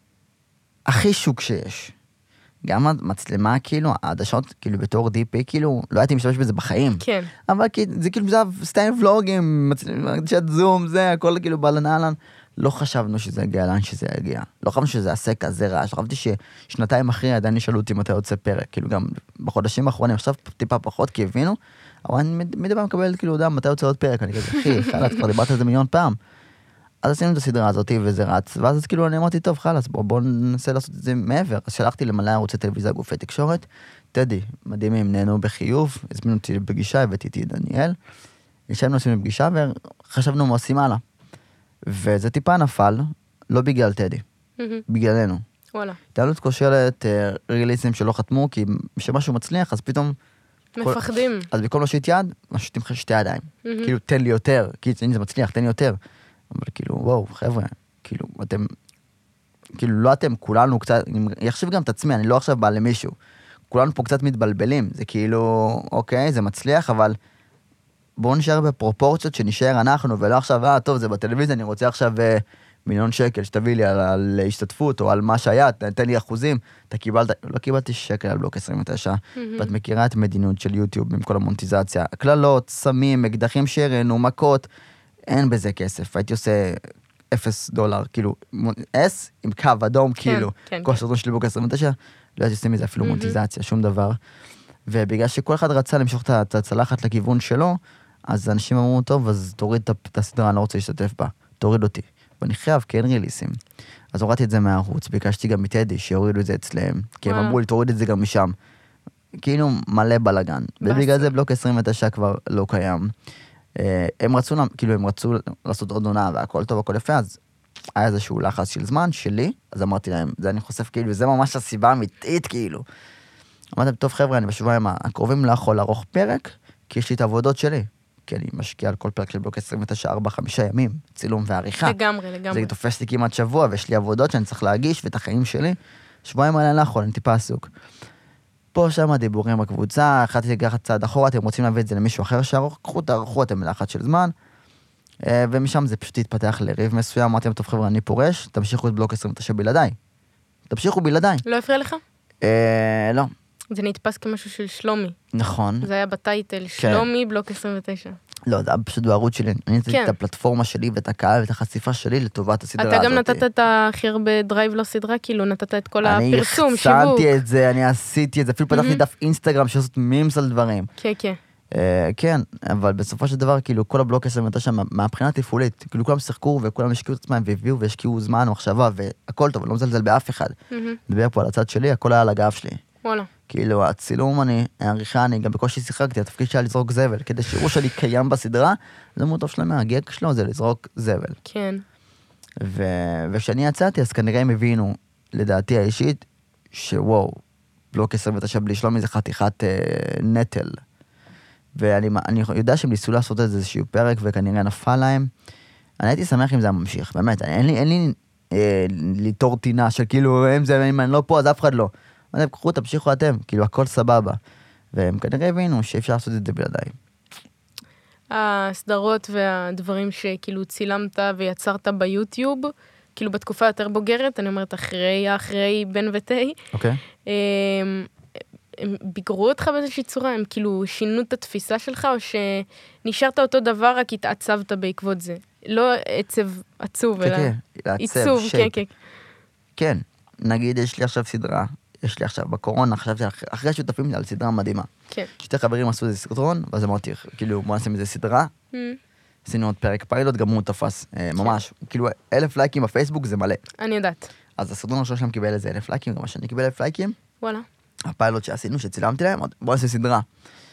הכי שוק שיש. גם המצלמה, כאילו, העדשות, כאילו, בתור DP, כאילו, לא הייתי משתמש בזה בחיים. כן. אבל זה כאילו, זה סטיים ולוגים, צ'אט זום, זה, הכל כאילו בלן אהלן. לא חשבנו שזה יגיע לאן שזה יגיע. לא חשבנו שזה יעשה כזה רעש. חשבתי ששנתיים אחרי עדיין נשאלו אותי מתי יוצא פרק. כאילו, גם בחודשים האחרונים, עכשיו טיפה פחות, כי הבינו, אבל אני מדי פעם מקבל, כאילו, יודע, מתי יוצא עוד פרק. אני כזה, אחי, חלץ, כבר דיברת על זה מיליון פעם. אז עשינו את הסדרה הזאת וזה רץ, ואז כאילו אני אמרתי, טוב, חלס, בואו ננסה לעשות את זה מעבר. אז שלחתי למלא ערוצי טלוויזיה, גופי תקשורת, טדי, מדהימים, נהנו בחיוב, הזמינו אותי בפגישה, הבאתי איתי דניאל, ישבנו עשינו בפגישה וחשבנו מה עושים הלאה. וזה טיפה נפל, לא בגלל טדי, בגללנו. וואלה. התנהלות כושלת, ריליסים שלא חתמו, כי כשמשהו מצליח, אז פתאום... מפחדים. אז במקום להושיט יד, משתים לך 2 ידיים. כאילו, תן לי יותר, כי זה מצליח, תן לי יותר. אבל כאילו, וואו, חבר'ה, כאילו, אתם, כאילו, לא אתם, כולנו קצת, אני אחשב גם את עצמי, אני לא עכשיו בא למישהו, כולנו פה קצת מתבלבלים, זה כאילו, אוקיי, זה מצליח, אבל בואו נשאר בפרופורציות שנשאר אנחנו, ולא עכשיו, טוב, זה בטלוויזיה, אני רוצה עכשיו מיליון שקל, שתביא לי על השתתפות, או על מה שהיה, תן לי אחוזים, אתה קיבלת, לא קיבלתי שקל על בלוק 29, ואת מכירה את מדיניות של יוטיוב עם כל המונטיזציה, הכללות, סמים, אקדחים שרנו, מכות, אין בזה כסף, הייתי עושה $0, כאילו, S עם קו אדום, כאילו, כל הסרטון שלי בלוק 29, לא הייתי עושה מזה אפילו מונטיזציה, שום דבר, ובגלל שכל אחד רצה למשוך את הצלחת לכיוון שלו, אז אנשים אמרו, טוב, אז תוריד את הסדרה, אני לא רוצה להשתתף בה, תוריד אותי, ואני חייב, כי אין ריליסים. אז הורדתי את זה מהערוץ, ביקשתי גם מטדי, שיורידו את זה אצלם, כי הם אמרו לי, תוריד את זה גם משם. כאילו, מלא בלגן. ובגלל זה בלוק 29 כבר לא קיים. הם רצו לעשות עוד עונה, והכל טוב, הכל יפה, אז היה איזשהו לחץ של זמן שלי, אז אמרתי להם, זה אני חושף, כאילו, זה ממש הסיבה האמיתית, כאילו. אמרתם, טוב חבר'ה, אני בשבועיים הקרובים לא יכול לערוך פרק, כי יש לי את העבודות שלי. כי אני משקיע על כל פרק של בלוק 29, 4-5 ימים, צילום ועריכה. לגמרי. זה תופס לי כמעט שבוע, ויש לי עבודות שאני צריך להגיש, ואת החיים שלי. שבועיים האלה אני לא יכול, אני טיפה עסוק. פה שם הדיבורים בקבוצה, החלטתי לקחת צעד אחורה, אתם רוצים להביא את זה למישהו אחר שערוך, תערכו אתם בלחץ של זמן, ומשם זה פשוט התפתח לריב מסוים, אמרתם, טוב חבר'ה, אני פורש, תמשיכו את בלוק 29 בלעדיי. תמשיכו בלעדיי. לא הפריע לך? לא. זה נתפס כמשהו של שלומי. נכון. זה היה בטייטל, שלומי בלוק 29. לא, זה היה פשוט בערוץ שלי. אני נתתי את הפלטפורמה שלי ואת הקהל ואת החשיפה שלי לטובת הסדרה הזאת. אתה גם נתת את הכי הרבה דרייב לא סדרה, כאילו נתת את כל הפרסום, שיווק. אני החצנתי את זה, אני עשיתי את זה, אפילו פתחתי דף אינסטגרם שעושות מימס על דברים. כן, כן. כן, אבל בסופו של דבר, כאילו, כל הבלוק 29 מהבחינה תפעולית, כאילו, כולם שיחקו וכולם השקיעו את עצמם והביאו והשקיעו זמן ומחשבה והכל טוב, לא מזלזל באף אחד. מדבר פה על הצד שלי, הכל היה על הגב שלי. וואלה. כאילו, הצילום העריכה, אני גם בקושי שיחקתי, התפקיד שהיה לזרוק זבל, כדי שיראו שאני קיים בסדרה, זה מאוד טוב שלמה, הגיק שלו זה לזרוק זבל. כן. וכשאני יצאתי, אז כנראה הם הבינו, לדעתי האישית, שוואו, בלוק 29 בלי שלומי זה חתיכת נטל. ואני יודע שהם ניסו לעשות איזשהו פרק, וכנראה נפל להם. אני הייתי שמח אם זה היה ממשיך, באמת, אין לי ליטור טינה, של כאילו, אם אני לא פה, אז אף אחד לא. אתם קחו, תמשיכו אתם, כאילו, הכל סבבה. והם כנראה הבינו שאפשר לעשות את זה בלעדיי. הסדרות והדברים שכאילו צילמת ויצרת ביוטיוב, כאילו בתקופה יותר בוגרת, אני אומרת אחרי בן ותי, אוקיי. הם ביגרו אותך באיזושהי צורה, הם כאילו שינו את התפיסה שלך, או שנשארת אותו דבר, רק התעצבת בעקבות זה. לא עצוב, אלא עיצוב, כן. כן, נגיד יש לי עכשיו סדרה, יש לי עכשיו בקורונה, חשבתי אחרי שותפים לי על סדרה מדהימה. כן. שתי חברים עשו איזה סרטון, ואז אמרתי, כאילו, בוא נעשה מזה סדרה. עשינו עוד פרק פיילוט, גם הוא תפס ממש, כאילו 1,000 לייקים בפייסבוק זה מלא. אני יודעת. אז הסרטון הראשון שלהם קיבל איזה 1,000 לייקים, גם השני קיבל 1,000 לייקים. וואלה. הפיילוט שעשינו, שצילמתי להם, בוא נעשה סדרה.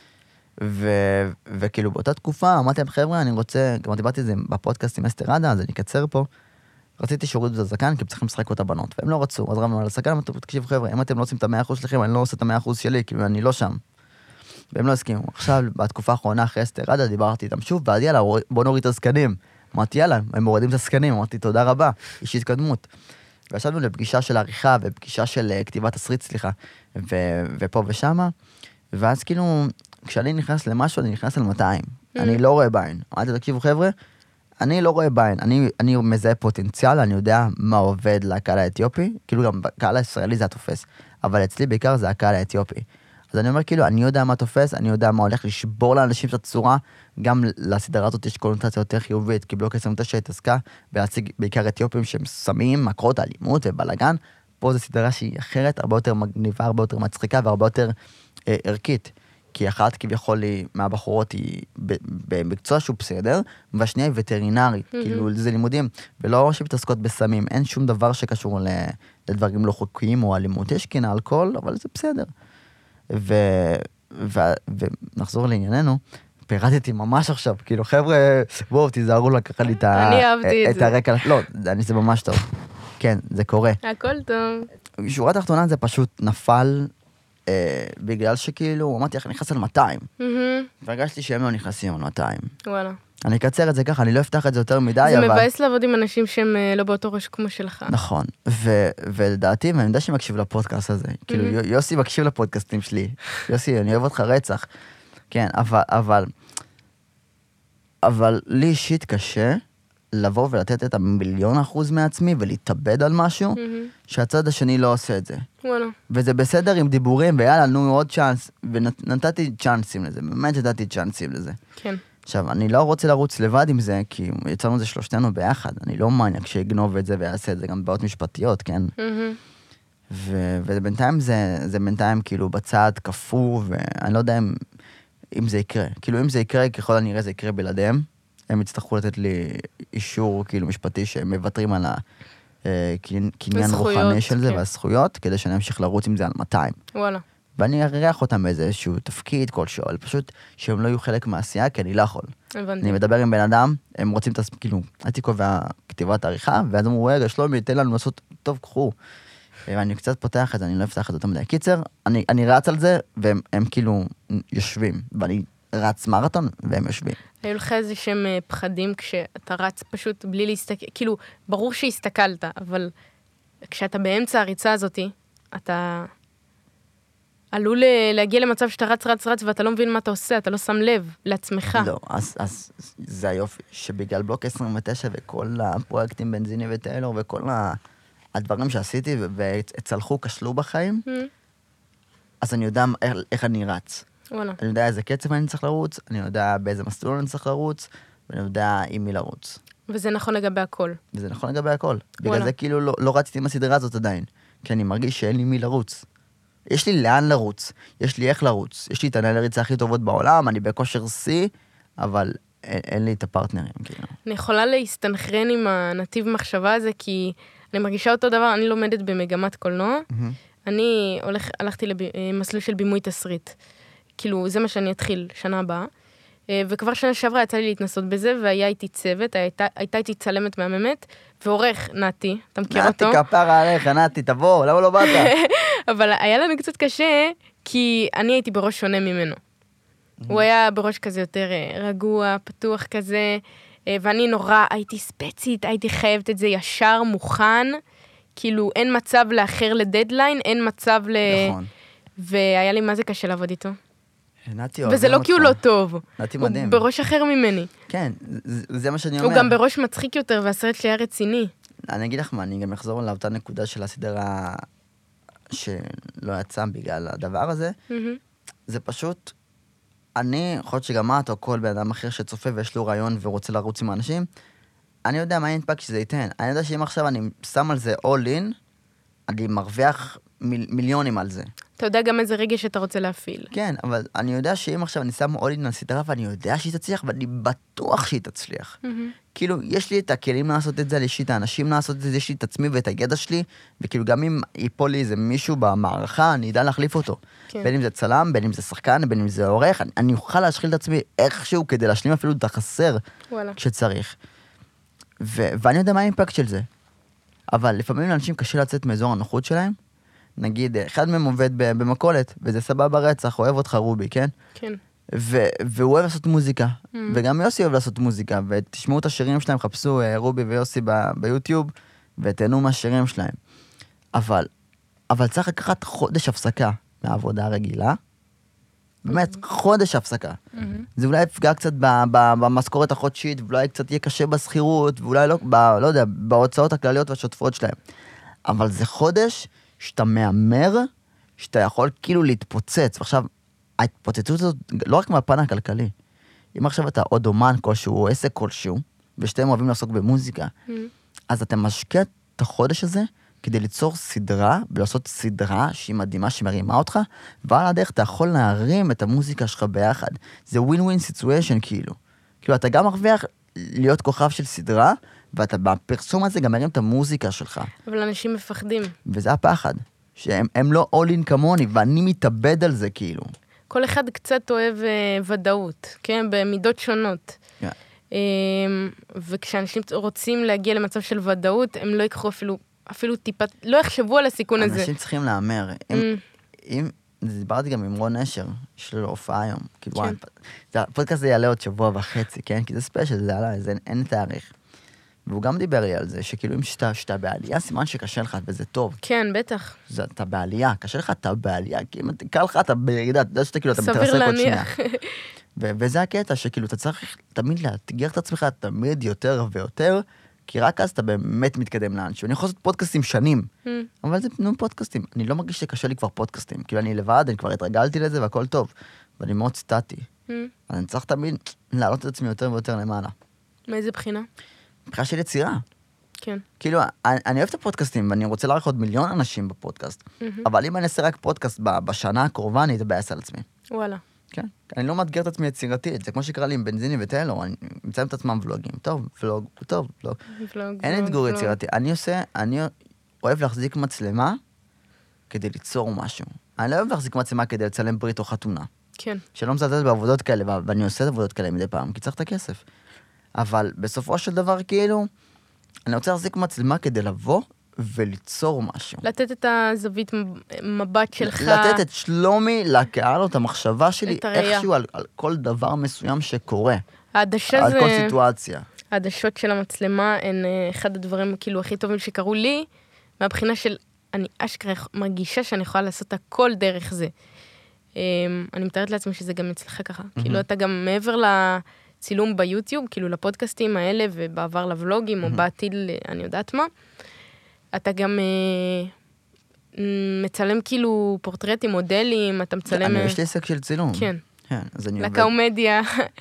וכאילו באותה תקופה, אמרתי להם, חבר'ה, אני רוצה, כבר דיברתי את זה בפודקאסט עם אסתר עדה, אז אני אקצר פה. רציתי שהורידו את הזקן, כי צריכים לשחק אותה בנות, והם לא רצו, אז רבנו על הזקן, תקשיבו חבר'ה, אם אתם לא עושים את ה100% שלכם, אני לא עושה את ה100% שלי, כאילו אני לא שם. והם לא הסכימו. עכשיו, בתקופה האחרונה, אחרי אסתר עדה, דיברתי איתם שוב, ועד יאללה, בוא נוריד את הזקנים. אמרתי, יאללה, הם מורידים את הזקנים, אמרתי, תודה רבה, יש התקדמות. וישבנו לפגישה של עריכה, ופגישה של כתיבת תסריט, סליחה, ופה ושמה, ואז כאילו, כשאני נכנס למשהו, אני נכנס על 200. אני לא רואה בעין. אמרתי, תקשיבו חבר'ה, אני לא רואה בעין, אני מזהה פוטנציאל, אני יודע מה עובד לקהל האתיופי, כאילו גם בקהל הישראלי זה התופס, אבל אצלי בעיקר זה הקהל האתיופי. אז אני אומר כאילו, אני יודע מה תופס, אני יודע מה הולך לשבור לאנשים את הצורה, גם לסדרה הזאת יש קונוטציה יותר חיובית, כי בלוק 29 התעסקה בהציג בעיקר אתיופים שהם סמים, מכות, אלימות ובלגן, פה זו סדרה שהיא אחרת, הרבה יותר מגניבה, הרבה יותר מצחיקה והרבה יותר ערכית. כי אחת כביכול מהבחורות היא במקצוע שהוא בסדר, והשנייה היא וטרינרית, כאילו זה לימודים, ולא שמתעסקות בסמים, אין שום דבר שקשור לדברים לא חוקיים או אלימות, יש כן אלכוהול, אבל זה בסדר. ונחזור לענייננו, פירטתי ממש עכשיו, כאילו חבר'ה, בואו תיזהרו לקחה לי את הרקע, לא, זה ממש טוב, כן, זה קורה. הכל טוב. שורה תחתונה זה פשוט נפל, בגלל שכאילו, אמרתי, אני נכנס על 200. והרגשתי שהם לא נכנסים על 200. וואלה. אני אקצר את זה ככה, אני לא אפתח את זה יותר מדי, זה מבאס לעבוד עם אנשים שהם לא באותו ראש כמו שלך. נכון. ולדעתי, ואני יודע שמקשיב לפודקאסט הזה, כאילו, יוסי מקשיב לפודקאסטים שלי. יוסי, אני אוהב אותך רצח. כן, אבל לי אישית קשה לבוא ולתת את 1,000,000% מעצמי ולהתאבד על משהו, שהצד השני לא עושה את זה. וואלה. וזה בסדר עם דיבורים, ויאללה, נו עוד צ'אנס, ונתתי צ'אנסים לזה, באמת נתתי צ'אנסים לזה. כן. עכשיו, אני לא רוצה לרוץ לבד עם זה, כי יצרנו את זה שלושתנו ביחד, אני לא מניאק שיגנוב את זה ויעשה את זה גם בעיות משפטיות, כן? ובינתיים זה בינתיים כאילו בצד כפור, ואני לא יודע אם זה יקרה. כאילו אם זה יקרה, ככל הנראה זה יקרה בלעדיהם, הם יצטרכו לתת לי אישור כאילו משפטי שהם מוותרים על הקניין רוחני של זה והזכויות, כדי שאני אמשיך לרוץ עם זה על 200. וואלה. ואני אריח אותם באיזשהו תפקיד כלשהו, אבל פשוט שהם לא יהיו חלק מהעשייה, כי אני לא יכול. הבנתי. אני מדבר עם בן אדם, הם רוצים כאילו, הייתי קובע כתיבת עריכה, ואז אמרו, רגע, שלומי, תן לנו לעשות טוב, קחו. ואני קצת פותח את זה, אני לא אפתח את זה יותר מדי. קיצר, אני רץ על זה, והם כאילו יושבים, ואני רץ מרתון, והם יושבים. היו לך איזה שהם פחדים כשאתה רץ פשוט בלי להסתכל, כאילו, ברור שהסתכלת, אבל כשאתה באמצע הריצה הזאת, אתה עלול להגיע למצב שאתה רץ, ואתה לא מבין מה אתה עושה, אתה לא שם לב לעצמך. לא, אז זה היופי, שבגלל בלוק 29 וכל הפרויקטים בנזיני וטיילור, וכל הדברים שעשיתי והצלחו, כשלו בחיים, אז אני יודע איך אני רץ. וואלה. אני יודע איזה קצב אני צריך לרוץ, אני יודע באיזה מסלול אני צריך לרוץ, ואני יודע עם מי לרוץ. וזה נכון לגבי הכל. וזה נכון לגבי הכל. בגלל זה כאילו לא רצתי עם הסדרה הזאת עדיין, כי אני מרגיש שאין לי מי לרוץ. יש לי לאן לרוץ, יש לי איך לרוץ, יש לי את הנהלריצה הכי טובות בעולם, אני בכושר שיא, אבל אין לי את הפרטנרים, כאילו. אני יכולה להסתנכרן עם הנתיב מחשבה הזה, כי אני מרגישה אותו דבר, אני לומדת במגמת קולנוע, אני הלכתי למסלול של בימוי תסריט. כאילו, זה מה שאני אתחיל שנה הבאה, וכבר שנה שעברה יצא לי להתנסות בזה, והיה איתי צוות, הייתה איתי צלמת מהממת, ועורך נתי, אתה מכיר אותו? נתי כפרה עליך, נתי, תבוא, למה לא באת? אבל היה לנו קצת קשה, כי אני הייתי בראש שונה ממנו. הוא היה בראש כזה יותר רגוע, פתוח כזה, ואני נורא הייתי ספצית, הייתי חייבת את זה ישר, מוכן, כאילו אין מצב לאחר לדדליין, אין מצב נכון. והיה לי מה זה קשה לעבוד איתו. נתי אוהבים וזה לא כי הוא לא טוב. נתי מדהים. הוא בראש אחר ממני. כן, זה מה שאני אומר. הוא גם בראש מצחיק יותר, והסרט שלי היה רציני. אני אגיד לך מה, אני גם אחזור לאותה נקודה של הסדרה שלא יצא בגלל הדבר הזה. זה פשוט, אני חושב שגם את או כל בן אדם אחר שצופה ויש לו רעיון ורוצה לרוץ עם האנשים, אני יודע מה האימפקט שזה ייתן. אני יודע שאם עכשיו אני שם על זה all in, אני מרוויח מיליונים על זה. אתה יודע גם איזה רגע שאתה רוצה להפעיל. כן, אבל אני יודע שאם עכשיו אני שם all in על סדרה ואני יודע שהיא תצליח, ואני בטוח שהיא תצליח. כאילו, יש לי את הכלים לעשות את זה, יש לי את האנשים לעשות את זה, יש לי את עצמי ואת הידע שלי, וכאילו גם אם ייפול לי איזה מישהו במערכה, אני אדע להחליף אותו. כן. בין אם זה צלם, בין אם זה שחקן, בין אם זה עורך, אני אוכל להשחיל את עצמי איכשהו כדי להשלים אפילו את החסר כשצריך. ואני יודע מה האימפקט של זה. אבל לפעמים לאנשים קשה לצאת מאזור הנוחות שלהם. נגיד, אחד מהם עובד במכולת, וזה סבבה רצח, אוהב אותך רובי, כן? כן. והוא אוהב לעשות מוזיקה, וגם יוסי אוהב לעשות מוזיקה, ותשמעו את השירים שלהם, חפשו רובי ויוסי ביוטיוב, ותהנו מהשירים שלהם. אבל צריך לקחת חודש הפסקה מהעבודה הרגילה, באמת, חודש הפסקה. זה אולי יפגע קצת במשכורת החודשית, ואולי קצת יהיה קשה בסחירות, ואולי לא יודע, בהוצאות הכלליות והשוטפות שלהם. אבל זה חודש שאתה מאמר, שאתה יכול כאילו להתפוצץ, ועכשיו, ההתפוצצות הזאת, לא רק מהפן הכלכלי, אם עכשיו אתה עוד אומן כלשהו, או עסק כלשהו, ושתיהם אוהבים לעסוק במוזיקה, אז אתה משקיע את החודש הזה, כדי ליצור סדרה, ולעשות סדרה שהיא מדהימה, שמרימה אותך, ועל הדרך אתה יכול להרים את המוזיקה שלך ביחד. זה win-win situation כאילו. כאילו אתה גם מרוויח להיות כוכב של סדרה, ואתה בפרסום הזה גם מרים את המוזיקה שלך. אבל אנשים מפחדים. וזה הפחד. שהם לא all in כמוני, ואני מתאבד על זה כאילו. כל אחד קצת אוהב ודאות, כן? במידות שונות. וכשאנשים רוצים להגיע למצב של ודאות, הם לא ייקחו אפילו טיפה, לא יחשבו על הסיכון הזה. אנשים צריכים לאמר. דיברתי גם עם רון נשר, יש לו הופעה היום. הפודקאסט הזה יעלה עוד שבוע וחצי, כן? כי זה ספיישל, זה עלה, אין תאריך. והוא גם דיבר לי על זה, שכאילו אם שאתה בעלייה, סימן שקשה לך, וזה טוב. כן, בטח. אתה בעלייה, קשה לך, אתה בעלייה, כי אם קל לך, אתה בירידה, אתה יודע שאתה כאילו, אתה מתרסק עוד שנייה. וזה הקטע, שכאילו, אתה צריך תמיד לאתגר את עצמך, תמיד יותר ויותר, כי רק אז אתה באמת מתקדם לאנשהו. אני יכול לעשות פודקאסטים שנים, אבל זה פודקאסטים. אני לא מרגיש שקשה לי כבר פודקאסטים, כאילו אני לבד, אני כבר התרגלתי לזה והכל טוב, ואני מאוד סטטי. אז אני צריך תמיד להעלות את עצמי יותר ויותר למעלה. מאיזה בחינה? בחינה של יצירה. כן. כאילו, אני אוהב את הפודקאסטים, ואני רוצה לערך עוד מיליון אנשים בפודקאסט, אבל אם אני אעשה רק פודקאסט בשנה הקרובה, אני אתבאס על עצמי. וואלה. כן. אני לא מאתגר את עצמי יצירתית, זה כמו שקרה לי עם בנזיני וטיילור, אני מצאים את עצמם ולוגים, טוב, ולוג. אין אתגור יצירתי. אני אוהב להחזיק מצלמה כדי ליצור משהו. אני לא אוהב להחזיק מצלמה כדי לצלם ברית או חתונה. כן. שלא מזלזל בעבודות כאלה, ואני עושה את עבודות כאלה מדי פעם, כי צריך את הכסף. אבל בסופו של דבר, כאילו, אני רוצה להחזיק מצלמה כדי לבוא וליצור משהו. לתת את הזווית מבט שלך. לתת את שלומי לקהל, או את המחשבה שלי, איכשהו על כל דבר מסוים שקורה. העדשה על כל סיטואציה. העדשות של המצלמה הן אחד הדברים כאילו הכי טובים שקרו לי, מהבחינה של, אני אשכרה מרגישה שאני יכולה לעשות הכל דרך זה. אני מתארת לעצמי שזה גם אצלך ככה. כאילו אתה גם מעבר צילום ביוטיוב, כאילו לפודקאסטים האלה, ובעבר לבלוגים, או בעתיד, אני יודעת מה, אתה גם מצלם כאילו פורטרטים, מודלים, אתה מצלם... יש לי עסק של צילום. כן. אז אני עובד... לקאומדיה.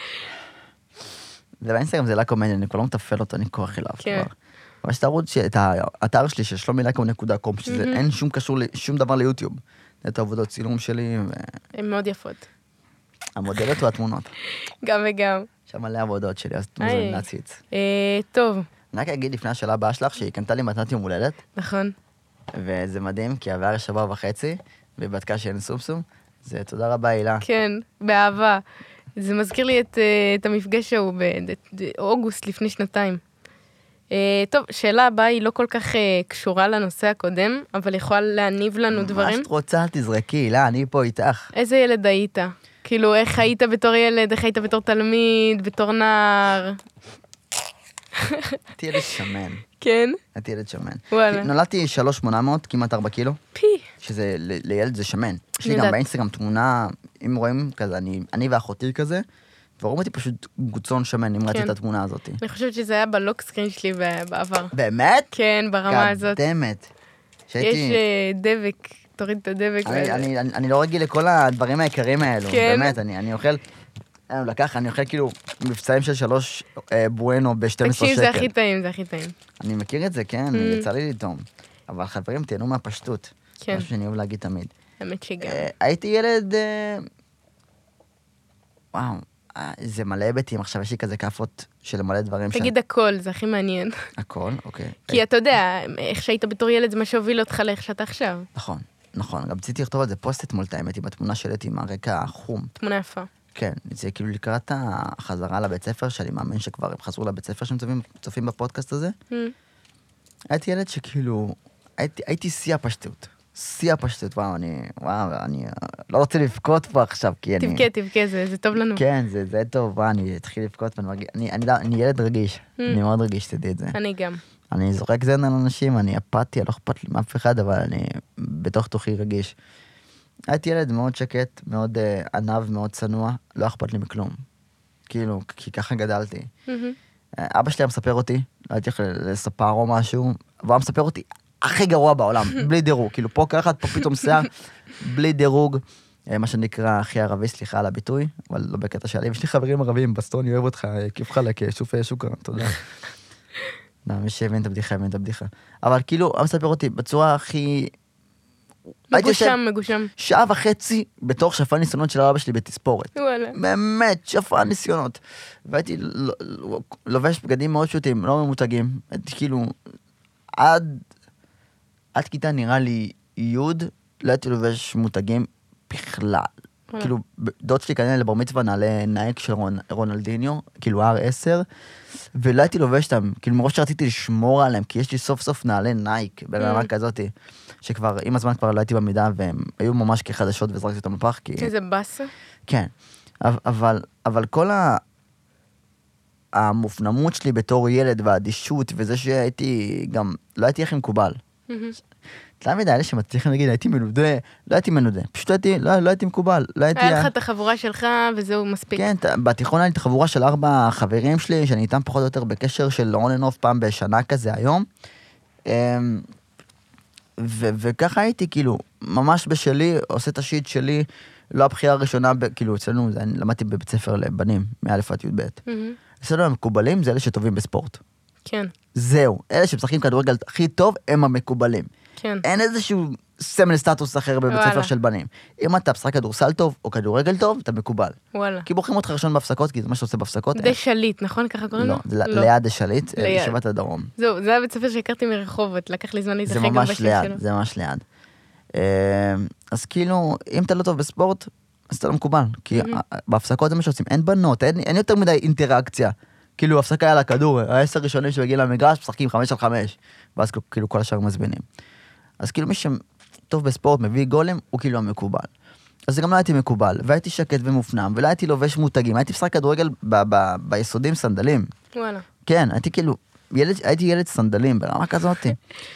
זה באינסטגרם, זה לקאומדיה, אני כבר לא מטפל אותו, אני כוח אליו כן. כבר. אבל יש תערוד את האתר שלי, של שלומילקאו.com, שזה אין שום קשור, שום דבר ליוטיוב. זה את העבודות צילום שלי. הן מאוד יפות. המודלת או התמונות? גם וגם. שם מלא עבודות שלי, אז תמוזרים להציץ. טוב. אני רק אגיד לפני השאלה הבאה שלך, שהיא קנתה לי מתנת יום הולדת. נכון. וזה מדהים, כי עבר שבוע וחצי, והיא בדקה שאין סומסום. זה תודה רבה, הילה. כן, באהבה. זה מזכיר לי את המפגש ההוא באוגוסט לפני 2 טוב, שאלה הבאה היא לא כל כך קשורה לנושא הקודם, אבל יכולה להניב לנו דברים. מה שאת רוצה, תזרקי, הילה, אני פה איתך. איזה ילד היית? כאילו, איך היית בתור ילד, איך היית בתור תלמיד, בתור נער? הייתי ילד שמן. כן? הייתי ילד שמן. וואלה. נולדתי 3,800, כמעט 4 קילו, פי. שזה לילד זה שמן. יש לי יודעת. גם באינסטגרם תמונה, אם רואים כזה, אני ואחותי כזה, ורואים אותי פשוט גוצון שמן, אם ראיתי את התמונה הזאת. אני חושבת שזה היה בלוק סקרין שלי בעבר. באמת? כן, ברמה הזאת. קדמת. יש דבק, תוריד את הדבק. אני לא רגיל לכל הדברים העיקרים האלו. כן. באמת, אני אוכל... אני אוכל כאילו מבצעים של 3 בואנו ב-12 שקל. תקשיב, זה הכי טעים, זה הכי טעים. אני מכיר את זה, כן, יצא לי לטעום. אבל חברים, תהנו מהפשטות. כן. משהו שאני אוהב להגיד תמיד. האמת שגם. הייתי ילד... וואו, זה מלא היבטים. עכשיו יש לי כזה כאפות של מלא דברים. תגיד הכל, זה הכי מעניין. הכל, אוקיי. כי אתה יודע, איך שהיית בתור ילד זה מה שהוביל אותך לאיך שאתה עכשיו. נכון, נכון. גם רציתי לכתוב על זה פוסט אתמול, האמת, עם התמונה שלי עם הרקע החום. תמונה יפה. כן, זה כאילו לקראת החזרה לבית ספר, שאני מאמין שכבר הם חזרו לבית ספר שהם צופים בפודקאסט הזה. הייתי ילד שכאילו, הייתי שיא הפשטות. שיא הפשטות, וואו, אני לא רוצה לבכות פה עכשיו, כי אני... תבכה, זה טוב לנו. כן, זה טוב, אני אתחיל לבכות, אני ילד רגיש, אני מאוד רגיש, תדעי את זה. אני גם. אני זורק זן על אנשים, אני אפאתי, לא אכפת לי מאף אחד, אבל אני בתוך תוכי רגיש. הייתי ילד מאוד שקט, מאוד ענב, מאוד צנוע, לא אכפת לי מכלום. כאילו, כי ככה גדלתי. אבא שלי היה מספר אותי, לא הייתי יכול לספר או משהו, והוא היה מספר אותי הכי גרוע בעולם, בלי דירוג. כאילו, פה ככה, פה פתאום שיער, בלי דירוג, מה שנקרא הכי ערבי, סליחה על הביטוי, אבל לא בקטע שלי. יש לי חברים ערבים, בסטון, אוהב אותך, כיף חלק, שופי שוקרן, תודה. מי שהבין את הבדיחה, הבין את הבדיחה. אבל כאילו, הוא מספר אותי בצורה הכי... מגושם. 1.5 שעה בתוך שפן ניסיונות של אבא שלי בתספורת. וואלה. באמת, שפן ניסיונות. והייתי לובש בגדים מאוד פשוטים, לא ממותגים. הייתי כאילו, עד כיתה נראה לי יוד, לא הייתי לובש מותגים בכלל. כאילו, דוד שלי כנראה לבר מצווה נעלה נייק של רונלדיניו, כאילו R10, ולא הייתי לובש אותם, כאילו מראש שרציתי לשמור עליהם, כי יש לי סוף סוף נעלה נייק ברמה כזאת, שכבר, עם הזמן כבר לא הייתי במידה, והם היו ממש כחדשות וזרקתי אותם לפח, כי... איזה בסה. כן, אבל כל המופנמות שלי בתור ילד והאדישות, וזה שהייתי גם, לא הייתי הכי מקובל. תמיד האלה שמצליחים להגיד, הייתי מנודה, לא הייתי מנודה, פשוט לא הייתי מקובל, לא הייתי... היה לך את החבורה שלך וזהו מספיק. כן, בתיכון היה לי את החבורה של 4 חברים שלי, שאני איתם פחות או יותר בקשר של on and off פעם בשנה כזה היום, וככה הייתי כאילו, ממש בשלי, עושה את השיט שלי, לא הבחירה הראשונה, כאילו אצלנו, למדתי בבית ספר לבנים, מאלף עד י"ב. אצלנו המקובלים זה אלה שטובים בספורט. כן. זהו, אלה שמשחקים כדורגל הכי טוב, הם המקובלים. כן. אין איזשהו סמל סטטוס אחר בבית ספר של בנים. אם אתה משחק כדורסל טוב או כדורגל טוב, אתה מקובל. וואלה. כי בוחרים אותך ראשון בהפסקות, כי זה מה שאתה עושה בהפסקות. די שליט, נכון? ככה קוראים לו? לא, ליד די שליט, ישיבת הדרום. זהו, זה היה בית ספר שהכרתי מרחובות, לקח לי זמן להתרחק גם בשם שלו. זה ממש ליד. אז כאילו, אם אתה לא טוב בספורט, אז אתה לא מקובל. כי בהפסקות זה מה שעושים, אין בנות, אין יותר מדי אינטראקציה. כאילו, הפסקה על הכדור, 10 ראשונים שבגיל המגרש, משחקים 5-5, ואז כאילו כל השאר מזמינים. אז כאילו מי שטוב בספורט מביא גולים, הוא כאילו המקובל. אז זה גם לא הייתי מקובל, והייתי שקט ומופנם, ולא הייתי לובש מותגים, הייתי משחק כדורגל ביסודים סנדלים. וואלה. כן, הייתי כאילו, הייתי ילד סנדלים ברמה כזאת.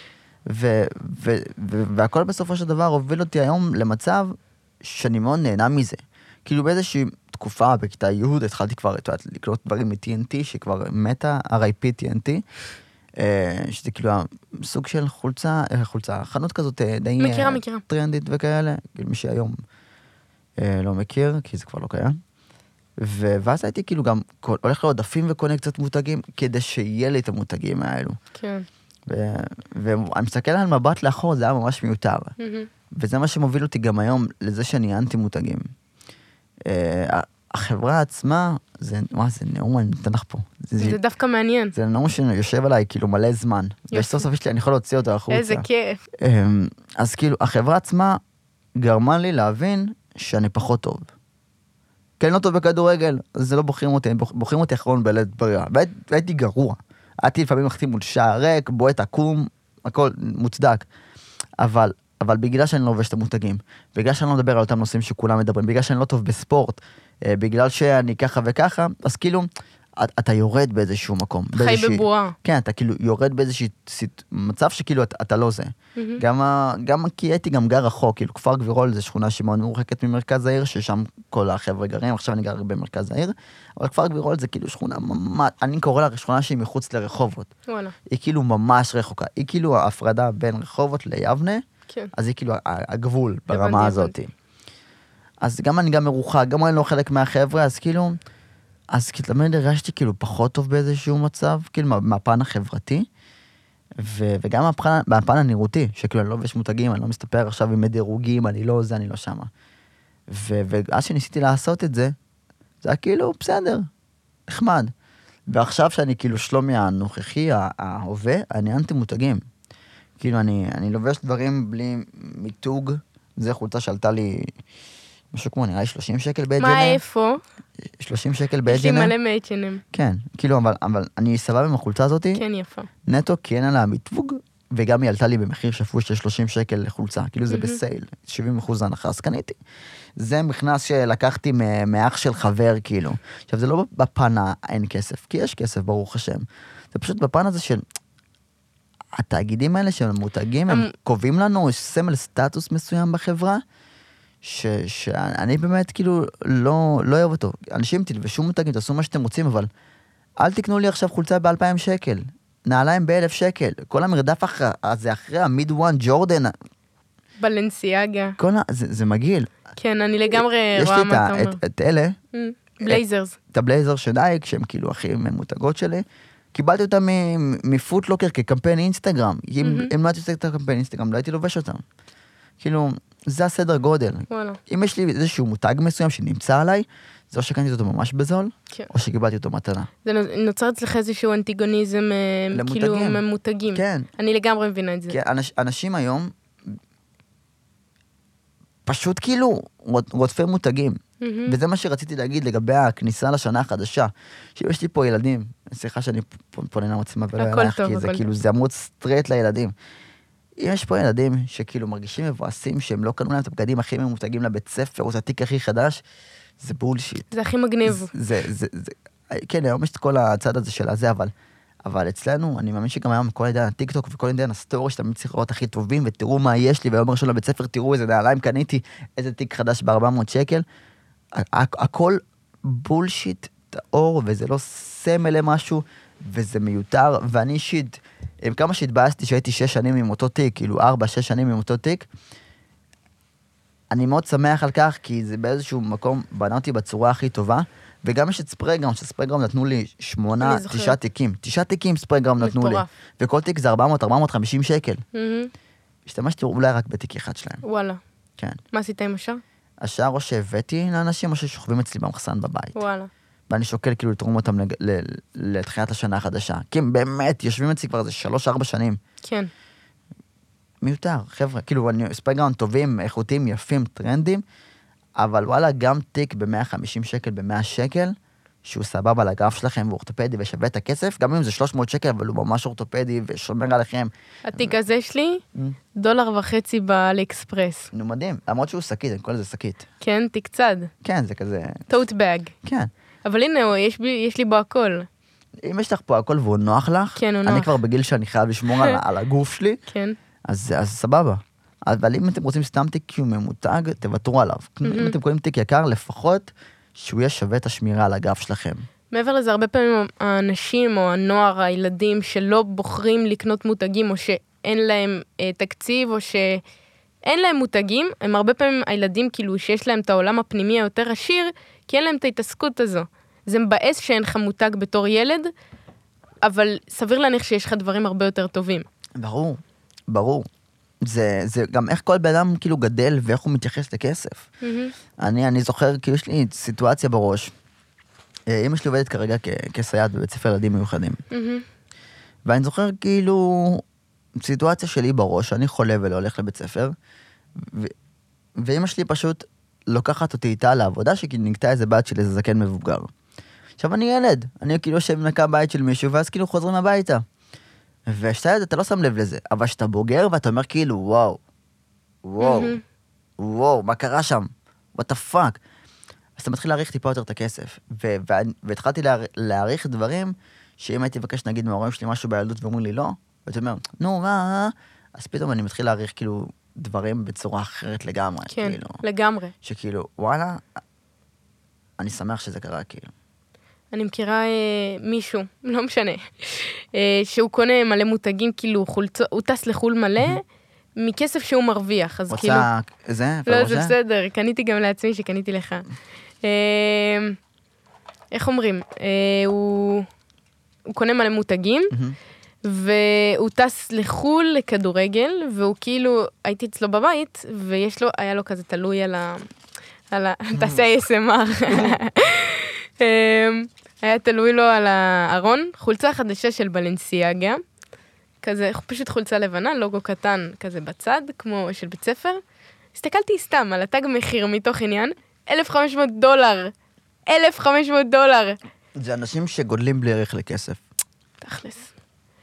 והכל בסופו של דבר הוביל אותי היום למצב שאני מאוד נהנה מזה. כאילו באיזושהי תקופה בכיתה י' התחלתי כבר לקנות דברים מ-TNT, שכבר מתה, RIP TNT, שזה כאילו סוג של חולצה, חנות כזאת די מכירה. טרנדית וכאלה, כאילו מי שהיום לא מכיר, כי זה כבר לא קיים. ואז הייתי כאילו גם הולך לעודפים וקונה קצת מותגים, כדי שיהיה לי את המותגים האלו. כן. ואני מסתכל על מבט לאחור, זה היה ממש מיותר. וזה מה שמוביל אותי גם היום לזה שאני אנטי מותגים. החברה עצמה, זה נאום, אני נותן לך פה. זה דווקא מעניין. זה נאום שיושב עליי כאילו מלא זמן. וסוף סוף יש לי, אני יכול להוציא אותו החוצה. איזה כיף. אז כאילו, החברה עצמה גרמה לי להבין שאני פחות טוב. כי אני לא טוב בכדורגל, אז זה לא בוחרים אותי, בוחרים אותי אחרון בלית ברירה. והייתי גרוע. הייתי לפעמים מחתים מול שער ריק, בועט עקום, הכל מוצדק. אבל בגלל שאני לא לובש את המותגים, בגלל שאני לא מדבר על אותם נושאים שכולם מדברים, בגלל שאני לא טוב בספורט, בגלל שאני ככה וככה, אז כאילו, אתה יורד באיזשהו מקום. חי בבועה. כן, אתה כאילו יורד באיזשהו מצב שכאילו אתה לא זה. גם כי הייתי גם גר רחוק, כאילו כפר גבירול זה שכונה שמאוד מרוחקת ממרכז העיר, ששם כל החבר'ה גרים, עכשיו אני גר במרכז העיר, אבל כפר גבירול זה כאילו שכונה ממש, אני קורא לה שכונה שהיא מחוץ לרחובות. וואלה. היא כאילו ממש רחוקה, היא כאילו ההפרדה בין רחובות ליבנה, כן. אז היא כאילו הגבול ברמה הזאת. אז גם אני גם מרוחק, גם אני לא חלק מהחבר'ה, אז כאילו תמיד הרגשתי כאילו פחות טוב באיזשהו מצב, כאילו מהפן החברתי, וגם מהפן הנראותי, שכאילו אני לא לובש מותגים, אני לא מסתפר עכשיו עם דירוגים, אני לא זה, אני לא שמה. ואז שניסיתי לעשות את זה, זה היה כאילו בסדר, נחמד. ועכשיו שאני כאילו שלומי הנוכחי, ההווה, אני אנטי מותגים. כאילו אני לובש דברים בלי מיתוג, זה חולצה שעלתה לי משהו כמו נראה לי 30 שקל ב-H&M. מה איפה? 30 שקל ב-H&M. יש לי מלא מ-H&M. כן, כאילו, אבל אני סבבה עם החולצה הזאת. כן, יפה. נטו, כי אין עליה מיתוג, וגם היא עלתה לי במחיר שפוי של 30 שקל לחולצה. כאילו זה בסייל, 70% הנחה, אז קניתי. זה מכנס שלקחתי מאח של חבר, כאילו. עכשיו, זה לא בפן אין כסף, כי יש כסף, ברוך השם. זה פשוט בפן הזה של התאגידים האלה של המותגים, הם קובעים לנו סמל סטטוס מסוים בחברה, שאני באמת כאילו לא אוהב אותו. אנשים תלבשו מותגים, תעשו מה שאתם רוצים, אבל אל תקנו לי עכשיו חולצה ב-2,000 שקל, נעליים ב-1,000 שקל, כל המרדף הזה אחרי המיד וואן ג'ורדן. בלנסיאגה. זה מגעיל. כן, אני לגמרי רואה מה אתה אומר. יש לי את אלה. בלייזרס. את הבלייזר של נייק, שהם כאילו הכי ממותגות שלי. קיבלתי אותם מפוטלוקר כקמפיין אינסטגרם. אם לא הייתי עושה את הקמפיין אינסטגרם, לא הייתי לובש אותם. כאילו, זה הסדר גודל. וואלה. אם יש לי איזשהו מותג מסוים שנמצא עליי, זה או שקניתי אותו ממש בזול, או שקיבלתי אותו מתנה. זה נוצר אצלך איזשהו אנטיגוניזם, כאילו, ממותגים. כן. אני לגמרי מבינה את זה. כן, אנשים היום, פשוט כאילו, רודפי מותגים. וזה מה שרציתי להגיד לגבי הכניסה לשנה החדשה. שיש לי פה ילדים, סליחה שאני פונה למצלמה ולא ילך, כי זה כאילו, זה עמוד סטרייט לילדים. אם יש פה ילדים שכאילו מרגישים מבואסים, שהם לא קנו להם את הבגדים הכי ממותגים לבית ספר, או את התיק הכי חדש, זה בולשיט. זה הכי מגניב. כן, היום יש את כל הצד הזה של הזה, אבל אצלנו, אני מאמין שגם היום כל עידן הטיקטוק וכל עידן הסטורי, שתמיד צריך לראות הכי טובים, ותראו מה יש לי, והיום ראשון לבית ספר, תראו איזה נעליים קניתי, איזה תיק חדש ב-400 שקל. הכל בולשיט טהור, וזה לא סמל למשהו, וזה מיותר, ואני אישית, עם כמה שהתבאסתי שהייתי 6 שנים עם אותו תיק, כאילו 4-6 שנים עם אותו תיק, אני מאוד שמח על כך, כי זה באיזשהו מקום בנה אותי בצורה הכי טובה, וגם יש את ספרגראם, שספרגראם נתנו לי 8-9 תיקים. 9 תיקים ספרגראם נתנו לי. וכל תיק זה 400-450 שקל. השתמשתי אולי רק בתיק אחד שלהם. וואלה. כן. מה עשית עם השאר? השאר או שהבאתי לאנשים, או ששוכבים אצלי במחסן בבית. וואלה. ואני שוקל כאילו לתרום אותם לתחילת השנה החדשה. כי הם באמת יושבים אצלי כבר איזה 3-4 שנים. כן. מיותר, חבר'ה. כאילו, ספרגראם טובים, איכותיים, יפים, טרנדים, אבל וואלה, גם תיק ב-150 שקל, ב-100 שקל, שהוא סבבה לגרף שלכם, והוא אורתופדי ושווה את הכסף, גם אם זה 300 שקל, אבל הוא ממש אורתופדי ושומר עליכם. התיק הזה שלי, $1.50 באלי אקספרס. נו, מדהים. למרות שהוא שקית, אני קורא לזה שקית. כן, תיק צד. כן, זה כזה... טוט בג. כן. אבל הנה, יש לי בו הכל. אם יש לך פה הכל והוא נוח לך, כן, הוא נוח. אני כבר בגיל שאני חייב לשמור על הגוף שלי, כן. אז סבבה. אבל אם אתם רוצים סתם תיק כי הוא ממותג, תוותרו עליו. אם אתם קוראים תיק יקר, לפחות שהוא יהיה שווה את השמירה על הגף שלכם. מעבר לזה, הרבה פעמים האנשים או הנוער, הילדים שלא בוחרים לקנות מותגים, או שאין להם תקציב, או שאין להם מותגים, הם הרבה פעמים הילדים כאילו שיש להם את העולם הפנימי היותר עשיר, כי אין להם את ההתעסקות הזו. זה מבאס שאין לך מותג בתור ילד, אבל סביר להניח שיש לך דברים הרבה יותר טובים. ברור, ברור. זה גם איך כל בן אדם כאילו גדל ואיך הוא מתייחס לכסף. אני זוכר, כאילו יש לי סיטואציה בראש. אמא שלי עובדת כרגע כסייעת בבית ספר ילדים מיוחדים. ואני זוכר כאילו סיטואציה שלי בראש, אני חולה ולא הולך לבית ספר, ואמא שלי פשוט לוקחת אותי איתה לעבודה, שכאילו נקטע איזה בת של איזה זקן מבוגר. עכשיו אני ילד, אני כאילו יושב מנקה בית של מישהו, ואז כאילו חוזרים הביתה. ושאתה ילד, אתה לא שם לב לזה, אבל שאתה בוגר ואתה אומר כאילו, וואו, מה קרה שם? What the fuck? אז אתה מתחיל להעריך טיפה יותר את הכסף. והתחלתי להעריך דברים, שאם הייתי מבקש, נגיד, מההורים שלי משהו בילדות, ואומרים לי לא, ואתה אומר, נו, מה? אז פתאום אני מתחיל להעריך, כאילו, דברים בצורה אחרת לגמרי. כן, כאילו, לגמרי. שכאילו, וואלה, אני שמח שזה קרה, כאילו. אני מכירה מישהו, לא משנה, שהוא קונה מלא מותגים, כאילו, הוא טס לחול מלא, מכסף שהוא מרוויח, אז כאילו... רוצה זה? לא, זה בסדר, קניתי גם לעצמי שקניתי לך. איך אומרים? הוא קונה מלא מותגים, והוא טס לחול לכדורגל, והוא כאילו, הייתי אצלו בבית, היה לו כזה תלוי על תעשה ASMR. היה תלוי לו על הארון, חולצה חדשה של בלנסיאגה, כזה, פשוט חולצה לבנה, לוגו קטן כזה בצד, כמו של בית ספר. הסתכלתי סתם על התג מחיר מתוך עניין, $1,500. $1,500. זה אנשים שגודלים בלי ערך לכסף. תכלס.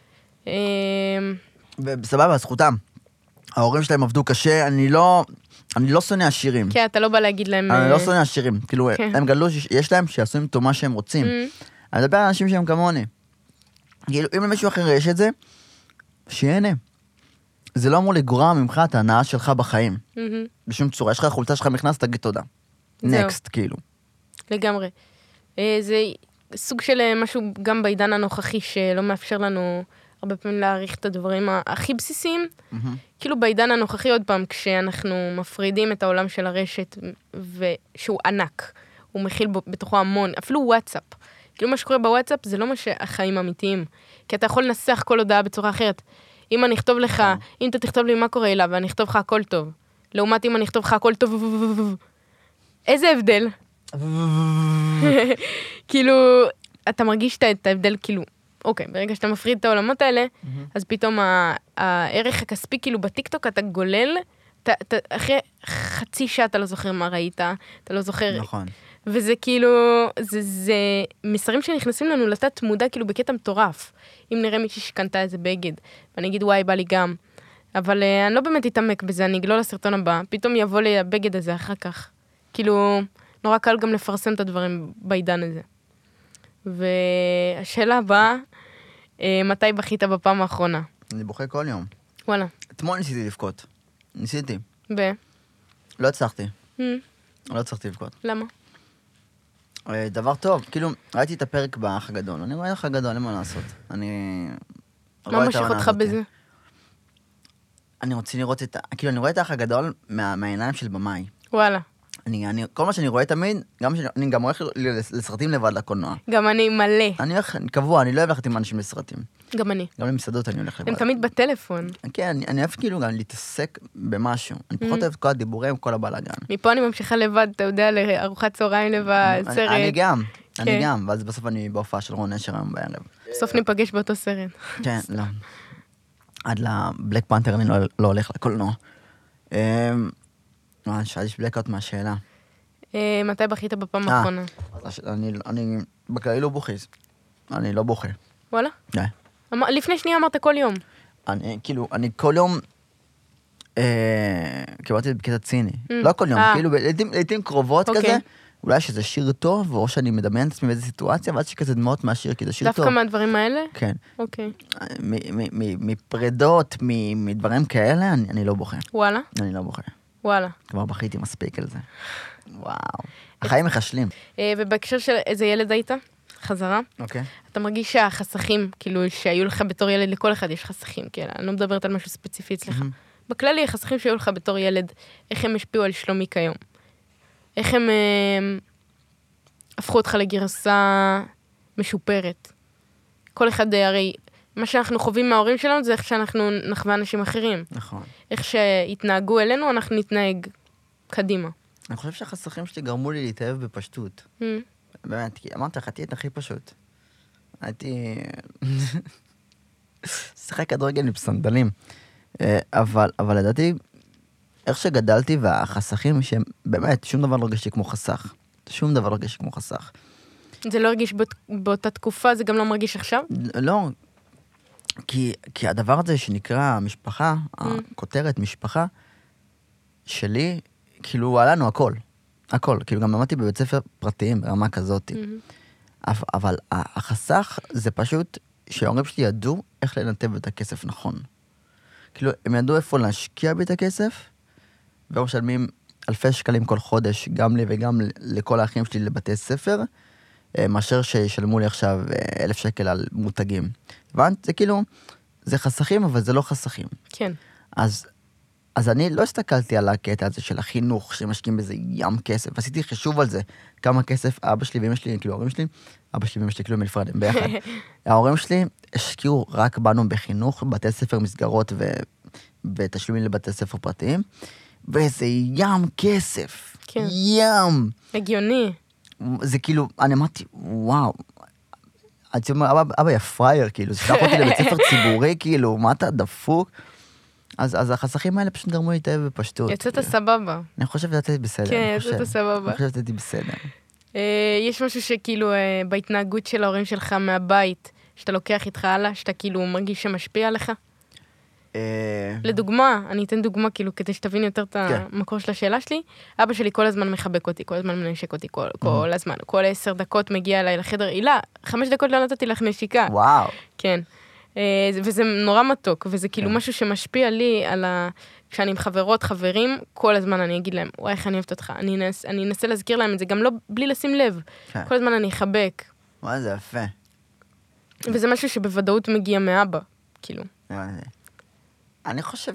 ובסבבה, זכותם. ההורים שלהם עבדו קשה, אני לא שונא עשירים. כן, אתה לא בא להגיד להם... אני לא שונא עשירים. כאילו, הם גדלו, יש להם שיעשו איתו מה שהם רוצים. אני מדבר על אנשים שהם כמוני. כאילו, אם למישהו אחר יש את זה, שיהנה. זה לא אמור לגרוע ממך את ההנאה שלך בחיים. בשום צורה. יש לך חולצה שלך מכנס, תגיד תודה. נקסט, כאילו. לגמרי. זה סוג של משהו גם בעידן הנוכחי שלא מאפשר לנו הרבה פעמים להעריך את הדברים הכי בסיסיים. כאילו בעידן הנוכחי עוד פעם, כשאנחנו מפרידים את העולם של הרשת, שהוא ענק, הוא מכיל בתוכו המון, אפילו וואטסאפ. כאילו מה שקורה בוואטסאפ זה לא מה שהחיים אמיתיים. כי אתה יכול לנסח כל הודעה בצורה אחרת. אם אני אכתוב לך, אם אתה תכתוב לי מה קורה אליו, ואני אכתוב לך הכל טוב. לעומת אם אני אכתוב לך הכל טוב, איזה הבדל? כאילו, אתה מרגיש את ההבדל, כאילו, אוקיי, ברגע שאתה מפריד את העולמות האלה, אז פתאום הערך הכספי, כאילו, בטיקטוק אתה גולל, אחרי חצי שעה אתה לא זוכר מה ראית, אתה לא זוכר... נכון. וזה כאילו, זה מסרים שנכנסים לנו לתת מודע, כאילו, בקטע מטורף. אם נראה מישהי שקנתה איזה בגד, ואני אגיד, וואי, בא לי גם. אבל אני לא באמת אתעמק בזה, אני אגלול לסרטון הבא, פתאום יבוא לי הבגד הזה אחר כך. כאילו, נורא קל גם לפרסם את הדברים בעידן הזה. והשאלה הבאה, מתי בכית בפעם האחרונה? אני בוכה כל יום. וואלה. אתמול ניסיתי לבכות. ניסיתי. לא הצלחתי. לא הצלחתי לבכות. למה? דבר טוב, כאילו, ראיתי את הפרק באח הגדול. אני רואה אח הגדול, אין מה לעשות. מה משך אותך בזה? אני רוצה לראות כאילו, אני רואה את האח הגדול מהעיניים של במאי. וואלה. כל מה שאני רואה תמיד, אני גם הולך לסרטים לבד לקולנוע. גם אני מלא. אני הולך, קבוע, אני לא אוהב ללכת עם אנשים לסרטים. גם אני. גם למסעדות אני הולך לבד. הם תמיד בטלפון. כן, אני אוהב כאילו גם להתעסק במשהו. אני פחות אוהב כל הדיבורים, כל הבלגן. מפה אני ממשיכה לבד, אתה יודע, לארוחת צהריים לבד, סרט. אני גם, ואז בסוף אני בהופעה של רון נשר היום בערב. בסוף ניפגש באותו סרט. כן, לא. עד לבלק פנתר אני לא הולך לקולנוע. שאלתי בלקות מהשאלה. מתי בכית בפעם האחרונה? אני בכלל לא בוכיז. אני לא בוכה. וואלה? כן. לפני שנייה אמרת כל יום. אני כל יום קיבלתי בקטע ציני. לא כל יום, כאילו לעתים קרובות כזה, אולי שזה שיר טוב, או שאני מדמיין את עצמי באיזו סיטואציה, ואז שכזה דמעות מהשיר, כי זה שיר טוב. דווקא מהדברים האלה? כן. אוקיי. מפרדות, מדברים כאלה, אני לא בוכה. וואלה? אני לא בוכה. וואלה. כבר בכיתי מספיק על זה. וואו. החיים מחשלים. ובהקשר של איזה ילד היית? חזרה? אוקיי. אתה מרגיש שהחסכים, כאילו שהיו לך בתור ילד, לכל אחד יש חסכים, כן? אני לא מדברת על משהו ספציפי אצלך. בכללי, החסכים שהיו לך בתור ילד, איך הם השפיעו על שלומי כיום? איך הם הפכו אותך לגרסה משופרת? כל אחד, הרי מה שאנחנו חווים מההורים שלנו, זה איך שאנחנו נחווה אנשים אחרים. נכון. איך שהתנהגו אלינו, אנחנו נתנהג קדימה. אני חושב שהחסכים שלי גרמו לי להתאהב בפשטות. באמת, כי אמרתי לך, תהיה את הכי פשוט. הייתי... שיחק כדורגל עם סנדלים. אבל לדעתי, איך שגדלתי והחסכים שהם, באמת, שום דבר לא הרגיש כמו חסך. שום דבר לא הרגיש כמו חסך. זה לא הרגיש באותה תקופה, זה גם לא מרגיש עכשיו? לא, כי הדבר הזה שנקרא משפחה, הכותרת משפחה, שלי, כאילו, עלינו הכל. הכל, כאילו גם למדתי בבית ספר פרטיים ברמה כזאת. אבל החסך זה פשוט שההורים שלי ידעו איך לנתב את הכסף נכון. כאילו, הם ידעו איפה להשקיע בי את הכסף, והם משלמים אלפי שקלים כל חודש, גם לי וגם לכל האחים שלי לבתי ספר, מאשר שישלמו לי עכשיו 1,000 שקל על מותגים. הבנת? זה כאילו, זה חסכים, אבל זה לא חסכים. כן. אז אני לא הסתכלתי על הקטע הזה של החינוך, שמשקיעים בזה ים כסף. עשיתי חישוב על זה, כמה כסף אבא שלי ואמא שלי, כאילו ההורים שלי, אבא שלי ואמא שלי כאילו מלפרד, הם ביחד. ההורים שלי השקיעו רק בנו בחינוך, בתי ספר, מסגרות ותשלומים לבתי ספר פרטיים, וזה ים כסף. כן. ים. הגיוני. זה כאילו, אני אמרתי, וואו. הייתי אומר, אבא יא פרייר, כאילו, שלח אותי לבית ספר ציבורי, כאילו, מה אתה דפוק? אז החסכים האלה פשוט גרמו להתאהב בפשטות. יצאת סבבה. אני חושב שיצאתי בסדר. כן, יצאת סבבה. אני חושב שיצאתי בסדר. יש משהו שכאילו בהתנהגות של ההורים שלך מהבית, שאתה לוקח איתך הלאה, שאתה כאילו מרגיש שמשפיע עליך? לדוגמה, אני אתן דוגמה כאילו כדי שתבין יותר את המקור של השאלה שלי. אבא שלי כל הזמן מחבק אותי, כל הזמן מנשק אותי, כל הזמן. כל 10 דקות מגיע אליי לחדר, הילה, 5 דקות לא נתתי לך נשיקה. וואו. כן. וזה נורא מתוק, וזה כאילו משהו שמשפיע לי על כשאני עם חברות, חברים, כל הזמן אני אגיד להם, וואי, איך אני אוהבת אותך. אני אנסה להזכיר להם את זה, גם לא בלי לשים לב. כל הזמן אני אחבק. וואי, זה יפה. וזה משהו שבוודאות מגיע מאבא, כאילו. אני חושב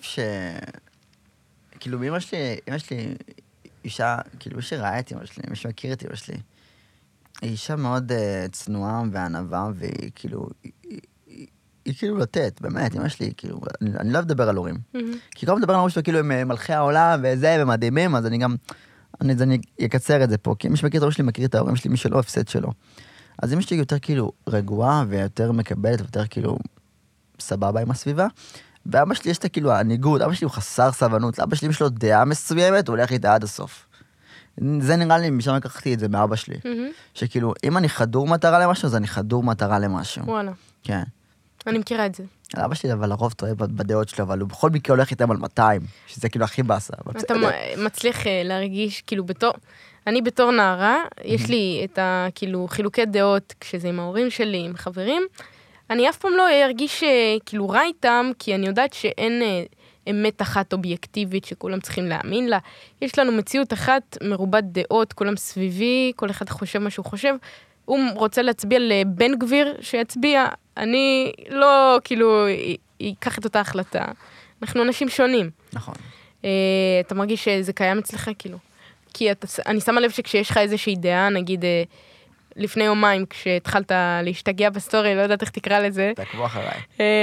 כאילו, אמא שלי אישה, כאילו, מי שראה את אמא שלי, מי שמכיר את אמא שלי, היא אישה מאוד צנועה וענווה, והיא כאילו, היא כאילו לתת, באמת, אמא שלי, כאילו, אני לא אוהב לדבר על הורים. כי כל מדבר על הורים שלו, כאילו, הם מלכי העולם וזה, ומדהימים, אז אני גם, אני אקצר את זה פה, כי מי שמכיר את ההורים שלי, מכיר את ההורים שלי, מי שלא הפסד שלו. אז אמא שלי יותר כאילו רגועה, ויותר מקבלת, ויותר כאילו סבבה עם הסביבה. ואבא שלי יש את כאילו הניגוד, אבא שלי הוא חסר סבלנות, לאבא שלי יש לו דעה מסוימת, הוא הולך איתה עד הסוף. זה נראה לי, משם לקחתי את זה מאבא שלי. שכאילו, אם אני חדור מטרה למשהו, אז אני חדור מטרה למשהו. וואלה. כן. אני מכירה את זה. אבא שלי, אבל לרוב טועה בדעות שלו, אבל הוא בכל מקרה הולך איתם על 200, שזה כאילו הכי באסה. אתה מצליח להרגיש, כאילו, אני בתור נערה, יש לי את כאילו חילוקי דעות, כשזה עם ההורים שלי, עם חברים, אני אף פעם לא ארגיש כאילו רע איתם, כי אני יודעת שאין אמת אחת אובייקטיבית שכולם צריכים להאמין לה. יש לנו מציאות אחת מרובת דעות, כולם סביבי, כל אחד חושב מה שהוא חושב. הוא רוצה להצביע לבן גביר שיצביע, אני לא כאילו אקח את אותה החלטה. אנחנו אנשים שונים. נכון. אתה מרגיש שזה קיים אצלך כאילו? כי אני שמה לב שכשיש לך איזושהי דעה, נגיד לפני יומיים, כשהתחלת להשתגע בסטורי, לא יודעת איך תקרא לזה. תעקבו אחריי.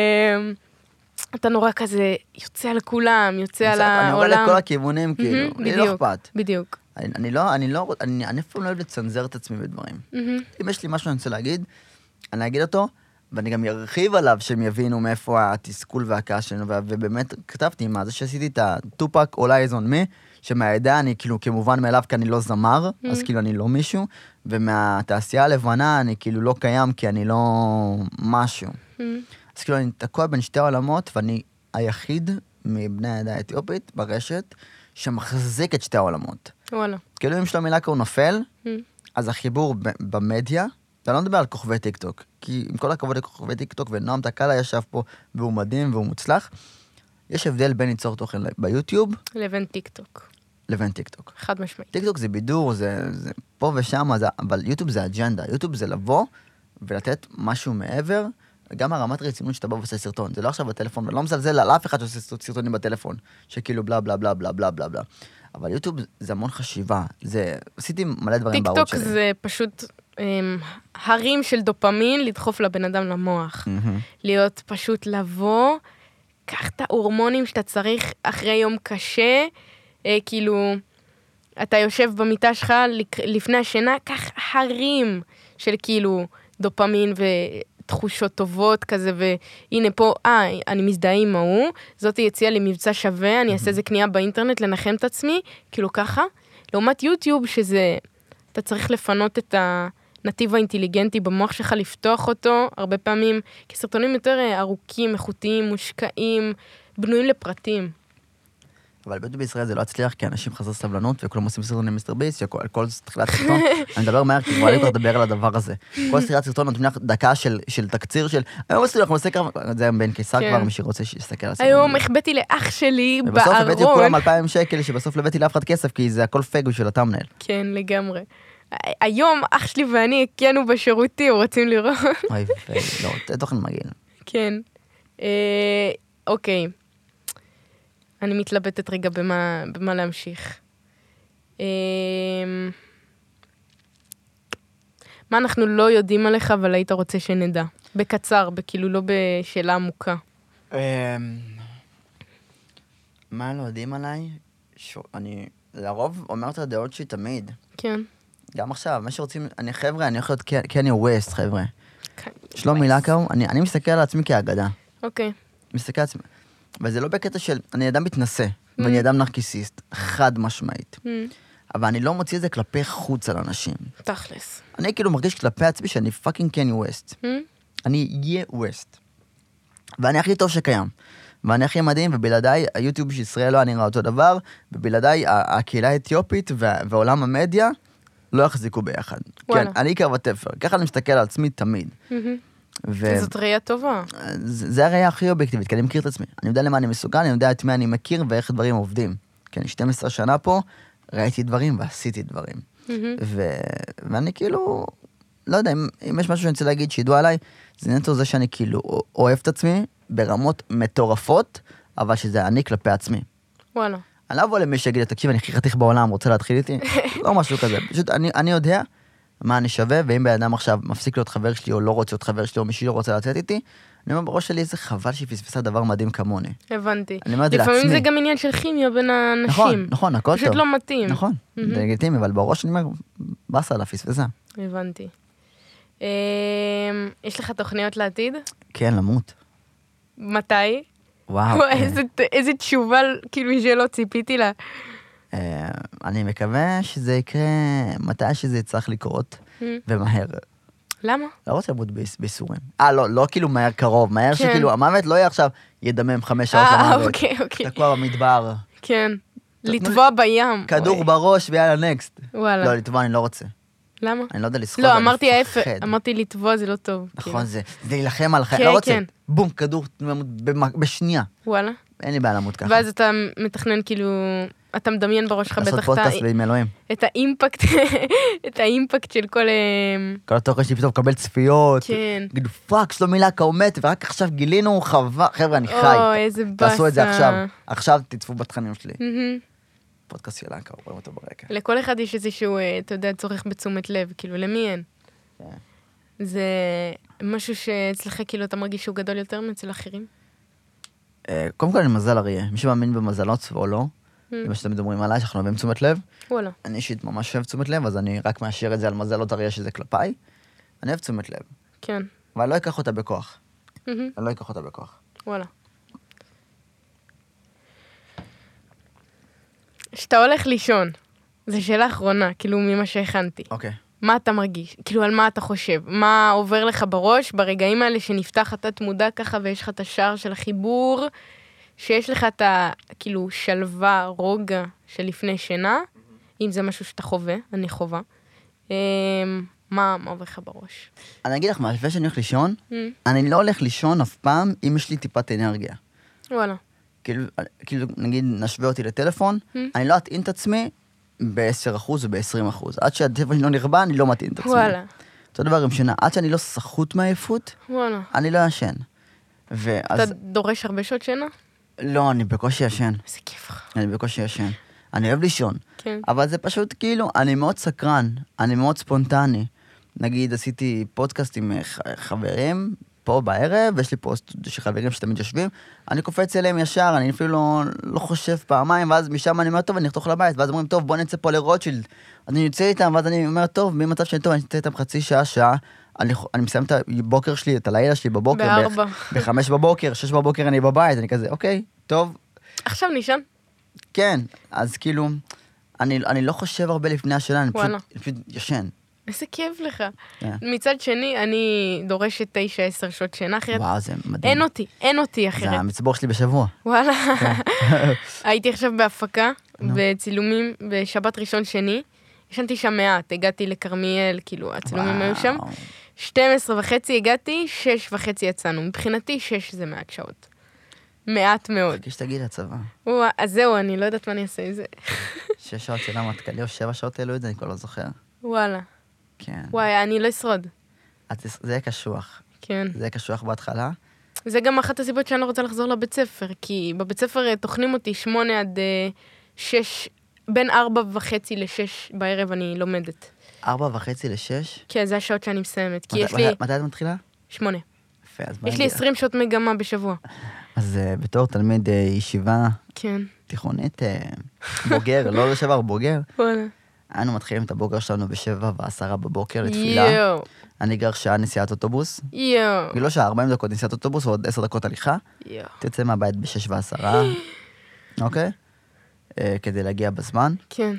אתה נורא כזה יוצא על כולם, יוצא על העולם. אני עובד לכל הכיוונים, כאילו, לי לא אכפת. בדיוק. אני אפילו לא אוהב לצנזר את עצמי בדברים. אם יש לי משהו שאני רוצה להגיד, אני אגיד אותו, ואני גם ארחיב עליו שהם יבינו מאיפה התסכול והכעס שלנו, ובאמת כתבתי מה זה שעשיתי את הטופק All Eyes on Me, שמהעדה אני כאילו כמובן מאליו כי אני לא זמר, אז כאילו אני לא מישהו, ומהתעשייה הלבנה אני כאילו לא קיים כי אני לא משהו. אז כאילו אני תקוע בין שתי העולמות, ואני היחיד מבני העדה האתיופית ברשת, שמחזיק את שתי העולמות. וואלה. כאילו אם שלומי לק הוא נופל, אז החיבור במדיה, אתה לא מדבר על כוכבי טיקטוק, כי עם כל הכבוד לכוכבי טיקטוק, ונועם תקלה ישב פה, והוא מדהים והוא מוצלח, יש הבדל בין ליצור תוכן ביוטיוב, לבין טיקטוק. לבין טיקטוק. חד משמעית. טיקטוק זה בידור, זה פה ושם, אבל יוטיוב זה אג'נדה, יוטיוב זה לבוא ולתת משהו מעבר, גם הרמת רצינות שאתה בא ועושה סרטון, זה לא עכשיו בטלפון, ולא מזלזל על אף אחד שעושה סרטונים בטלפון, שכאילו בלה בלה בלה בלה בלה בלה בלה. אבל יוטיוב זה המון חשיבה, עשיתי מלא דברים בערוץ שלי. טיקטוק זה פשוט הרים של דופמין לדחוף לבן אדם למוח. להיות פשוט לבוא, קח את ההורמונים שאתה צריך אחרי יום קשה, כאילו, אתה יושב במיטה שלך לפני השינה, קח הרים של כאילו דופמין ותחושות טובות כזה, והנה פה, אני מזדהה עם ההוא, זאת יציאה לי מבצע שווה, אני אעשה איזה קנייה באינטרנט, לנחם את עצמי, כאילו ככה. לעומת יוטיוב, שזה, אתה צריך לפנות את הנתיב האינטליגנטי במוח שלך, לפתוח אותו, הרבה פעמים, כסרטונים יותר ארוכים, איכותיים, מושקעים, בנויים לפרטים. אבל ביוטיוב בישראל זה לא הצליח, כי אנשים חסר סבלנות, וכולם עושים סרטונים מיסטר ביסט, כל תחילת סרטון, אני מדבר מהר, כי כבר לי כבר לדבר על הדבר הזה. כל תחילת סרטון נותנים לך דקה של תקציר של, היום עשינו, אנחנו נעשה ככה, זה היום בן קיסר כבר, מי שרוצה שיסתכל על הסרטון. היום החבאתי לאח שלי בארון. ובסוף הבאתי לכולם 2,000 שקל, שבסוף לא הבאתי לאף אחד כסף, כי זה הכל פייק בשביל התאמנל. כן, לגמרי. היום אח שלי ואני הקיינו בשירותי, רוצים לראות. אוי, לא, זה תוכן מגעיל. כן. אוקיי. אני מתלבטת רגע במה להמשיך. מה אנחנו לא יודעים עליך, אבל היית רוצה שנדע? בקצר, כאילו לא בשאלה עמוקה. מה לא יודעים עליי? אני לרוב אומר את הדעות שלי תמיד. כן. גם עכשיו, מה שרוצים, אני יכול להיות קניה ווסט, חבר'ה. שלומי לקאו, אני מסתכל על עצמי כאגדה. אוקיי. מסתכל על עצמי. וזה לא בקטע של, אני אדם מתנשא, ואני אדם נרקיסיסט, חד משמעית. אבל אני לא מוציא את זה כלפי חוץ על אנשים. תכלס. אני כאילו מרגיש כלפי עצמי שאני פאקינג קניה ווסט. אני אהיה ווסט. ואני הכי טוב שקיים. ואני הכי מדהים, ובלעדיי, היוטיוב של ישראל לא היה נראה אותו דבר, ובלעדיי, הקהילה האתיופית ועולם המדיה לא יחזיקו ביחד. כן, אני קו התפר. ככה אני מסתכל על עצמי תמיד. זאת ראייה טובה. זה הראייה הכי אובייקטיבית, כי אני מכיר את עצמי. אני יודע למה אני מסוגל, אני יודע את מי אני מכיר ואיך דברים עובדים. כי אני 12 שנה פה, ראיתי דברים ועשיתי דברים. ואני כאילו, לא יודע, אם יש משהו שאני רוצה להגיד שידעו עליי, זה נטו זה שאני כאילו אוהב את עצמי ברמות מטורפות, אבל שזה אני כלפי עצמי. וואלה. אני לא אבוא למי שיגיד, תקשיב, אני הכי חתיך בעולם, רוצה להתחיל איתי? לא משהו כזה. פשוט אני יודע מה אני שווה, ואם בן אדם עכשיו מפסיק להיות חבר שלי, או לא רוצה להיות חבר שלי, או מישהו לא רוצה לצאת איתי, אני אומר בראש שלי, איזה חבל שהיא פספסה דבר מדהים כמוני. הבנתי. אני אומר את זה לעצמי. לפעמים זה גם עניין של כימיה בין האנשים. נכון, הכל טוב. פשוט לא מתאים. נכון, זה לגיטימי, אבל בראש אני אומר, בסה לה, פספסה. הבנתי. יש לך תוכניות לעתיד? כן, למות. מתי? וואו. איזה תשובה, כאילו, שלא ציפיתי לה. אני מקווה שזה יקרה מתי שזה צריך לקרות, ומהר. למה? לא רוצה למות ביסורים. לא כאילו מהר קרוב, מהר שכאילו המוות לא יהיה עכשיו ידמם 5 שעות למוות. אוקיי. תקוע במדבר. כן. לטבוע בים. כדור בראש ויאללה נקסט. וואלה. לא, לטבוע אני לא רוצה. למה? אני לא יודע לשחוט, לא, אמרתי ההפך, אמרתי לטבוע זה לא טוב. נכון, זה להילחם על החיים, לא רוצה. בום, כדור בשנייה. וואלה. אין לי בעיה למות ככה. ואז אתה מתכנן כאילו, אתה מדמיין בראש לך בטח לעשות פודקאסט עם אלוהים. את האימפקט של כל התוכן שלי פתאום מקבל צפיות. כן. גידו פאק, שלומי לקאו מת, ורק עכשיו גילינו חבר'ה, אני חי. איזה באסה. תעשו את זה עכשיו. עכשיו תצפו בתכנים שלי. פודקאסט של לקאו, רואים אותו ברקע. לכל אחד יש איזשהו, אתה יודע, צורך בתשומת לב, כאילו, למי אין? זה משהו שאצלך, כאילו, אתה מרגיש שהוא גדול יותר מאצל אחרים? קודם כל אני מזל אריה. מי שמאמין במזלות או לא, מה שאתם מדברים עליי, שאנחנו אוהבים תשומת לב. וואלה. אני אישית ממש אוהב תשומת לב, אז אני רק מאשר את זה על מזלות אריה שזה כלפיי. אני אוהב תשומת לב. כן. אבל אני לא אקח אותה בכוח. אני לא אקח אותה בכוח. וואלה. כשאתה הולך לישון, זו שאלה אחרונה, כאילו ממה שהכנתי. אוקיי. מה אתה מרגיש? כאילו על מה אתה חושב? מה עובר לך בראש ברגעים האלה שנפתח התת מודע ככה ויש לך את השער של החיבור, שיש לך את כאילו שלווה, רוגע של לפני שינה, אם זה משהו שאתה חווה, אני חווה. מה עובר לך בראש? אני אגיד לך מה, לפני שאני הולך לישון, אני לא הולך לישון אף פעם אם יש לי טיפת אנרגיה. וואלה. כאילו נגיד נשווה אותי לטלפון, אני לא אטעין את עצמי ב-10% או ב-20%. עד שהטלפון שלי לא נרבה, אני לא מטעין את עצמי. וואלה. אותו דבר עם שינה, עד שאני לא סחוט מהעייפות, אני לא ישן. אתה דורש הרבה שעות שינה? לא, אני בקושי ישן. איזה כיף לך. אני בקושי ישן. אני אוהב לישון. כן. אבל זה פשוט כאילו, אני מאוד סקרן, אני מאוד ספונטני. נגיד, עשיתי פודקאסט עם חברים, פה בערב, ויש לי פה חברים שתמיד יושבים, אני קופץ אליהם ישר, אני אפילו לא חושב פעמיים, ואז משם אני אומר, טוב, אני אחתוך לבית, ואז אומרים, טוב, בוא נצא פה לרוטשילד. אני יוצא איתם, ואז אני אומר, טוב, במצב שאני טוב, אני אצא איתם חצי שעה, אני מסיים את הבוקר שלי, את הלילה שלי בבוקר, ב-5 בבוקר, 6 בבוקר אני בבית, אני כזה, אוקיי, טוב. עכשיו נשן? כן, אז כאילו, אני לא חושב הרבה לפני השאלה, אני פשוט ישן. איזה כיף לך. כן. מצד שני, אני דורשת 9-10 שעות שינה אחרת. וואו, זה מדהים. אין אותי זה אחרת. המצבור שלי בשבוע. וואלה. הייתי עכשיו בהפקה, בצילומים, בשבת ראשון שני. ישנתי שם מעט, הגעתי לכרמיאל, כאילו, הצילומים היו שם. 12:30 הגעתי, 6:30 יצאנו. מבחינתי 6 זה מעט שעות. מעט מאוד. חכי שתגיעי לצבא. אז זהו, אני לא יודעת מה אני אעשה עם זה. 6 שעות של המטכ"לי או 7 שעות העלו את זה, אני כבר לא זוכר. וואלה. כן. וואי, אני לא אשרוד. זה יהיה קשוח. כן. זה יהיה קשוח בהתחלה. זה גם אחת הסיבות שאני לא רוצה לחזור לבית ספר, כי בבית ספר תוכנים אותי 8 עד 6, בין 4:30 ל-6 בערב אני לומדת. 4:30 ל-6? כן, זה השעות שאני מסיימת, כי יש לי... מתי את מתחילה? 8. יפה, אז יש לי 20 שעות מגמה בשבוע. אז בתור תלמיד ישיבה כן. תיכונית, בוגר, לא לשעבר, בוגר, וואלה. אנו מתחילים את הבוקר שלנו ב7:10 בבוקר לתפילה. יואו. אני גר שעה נסיעת אוטובוס. יואו. כאילו שעה 40 דקות נסיעת אוטובוס ועוד 10 דקות הליכה. יואו. תצא מהבית ב6:10, אוקיי? כדי להגיע בזמן. כן.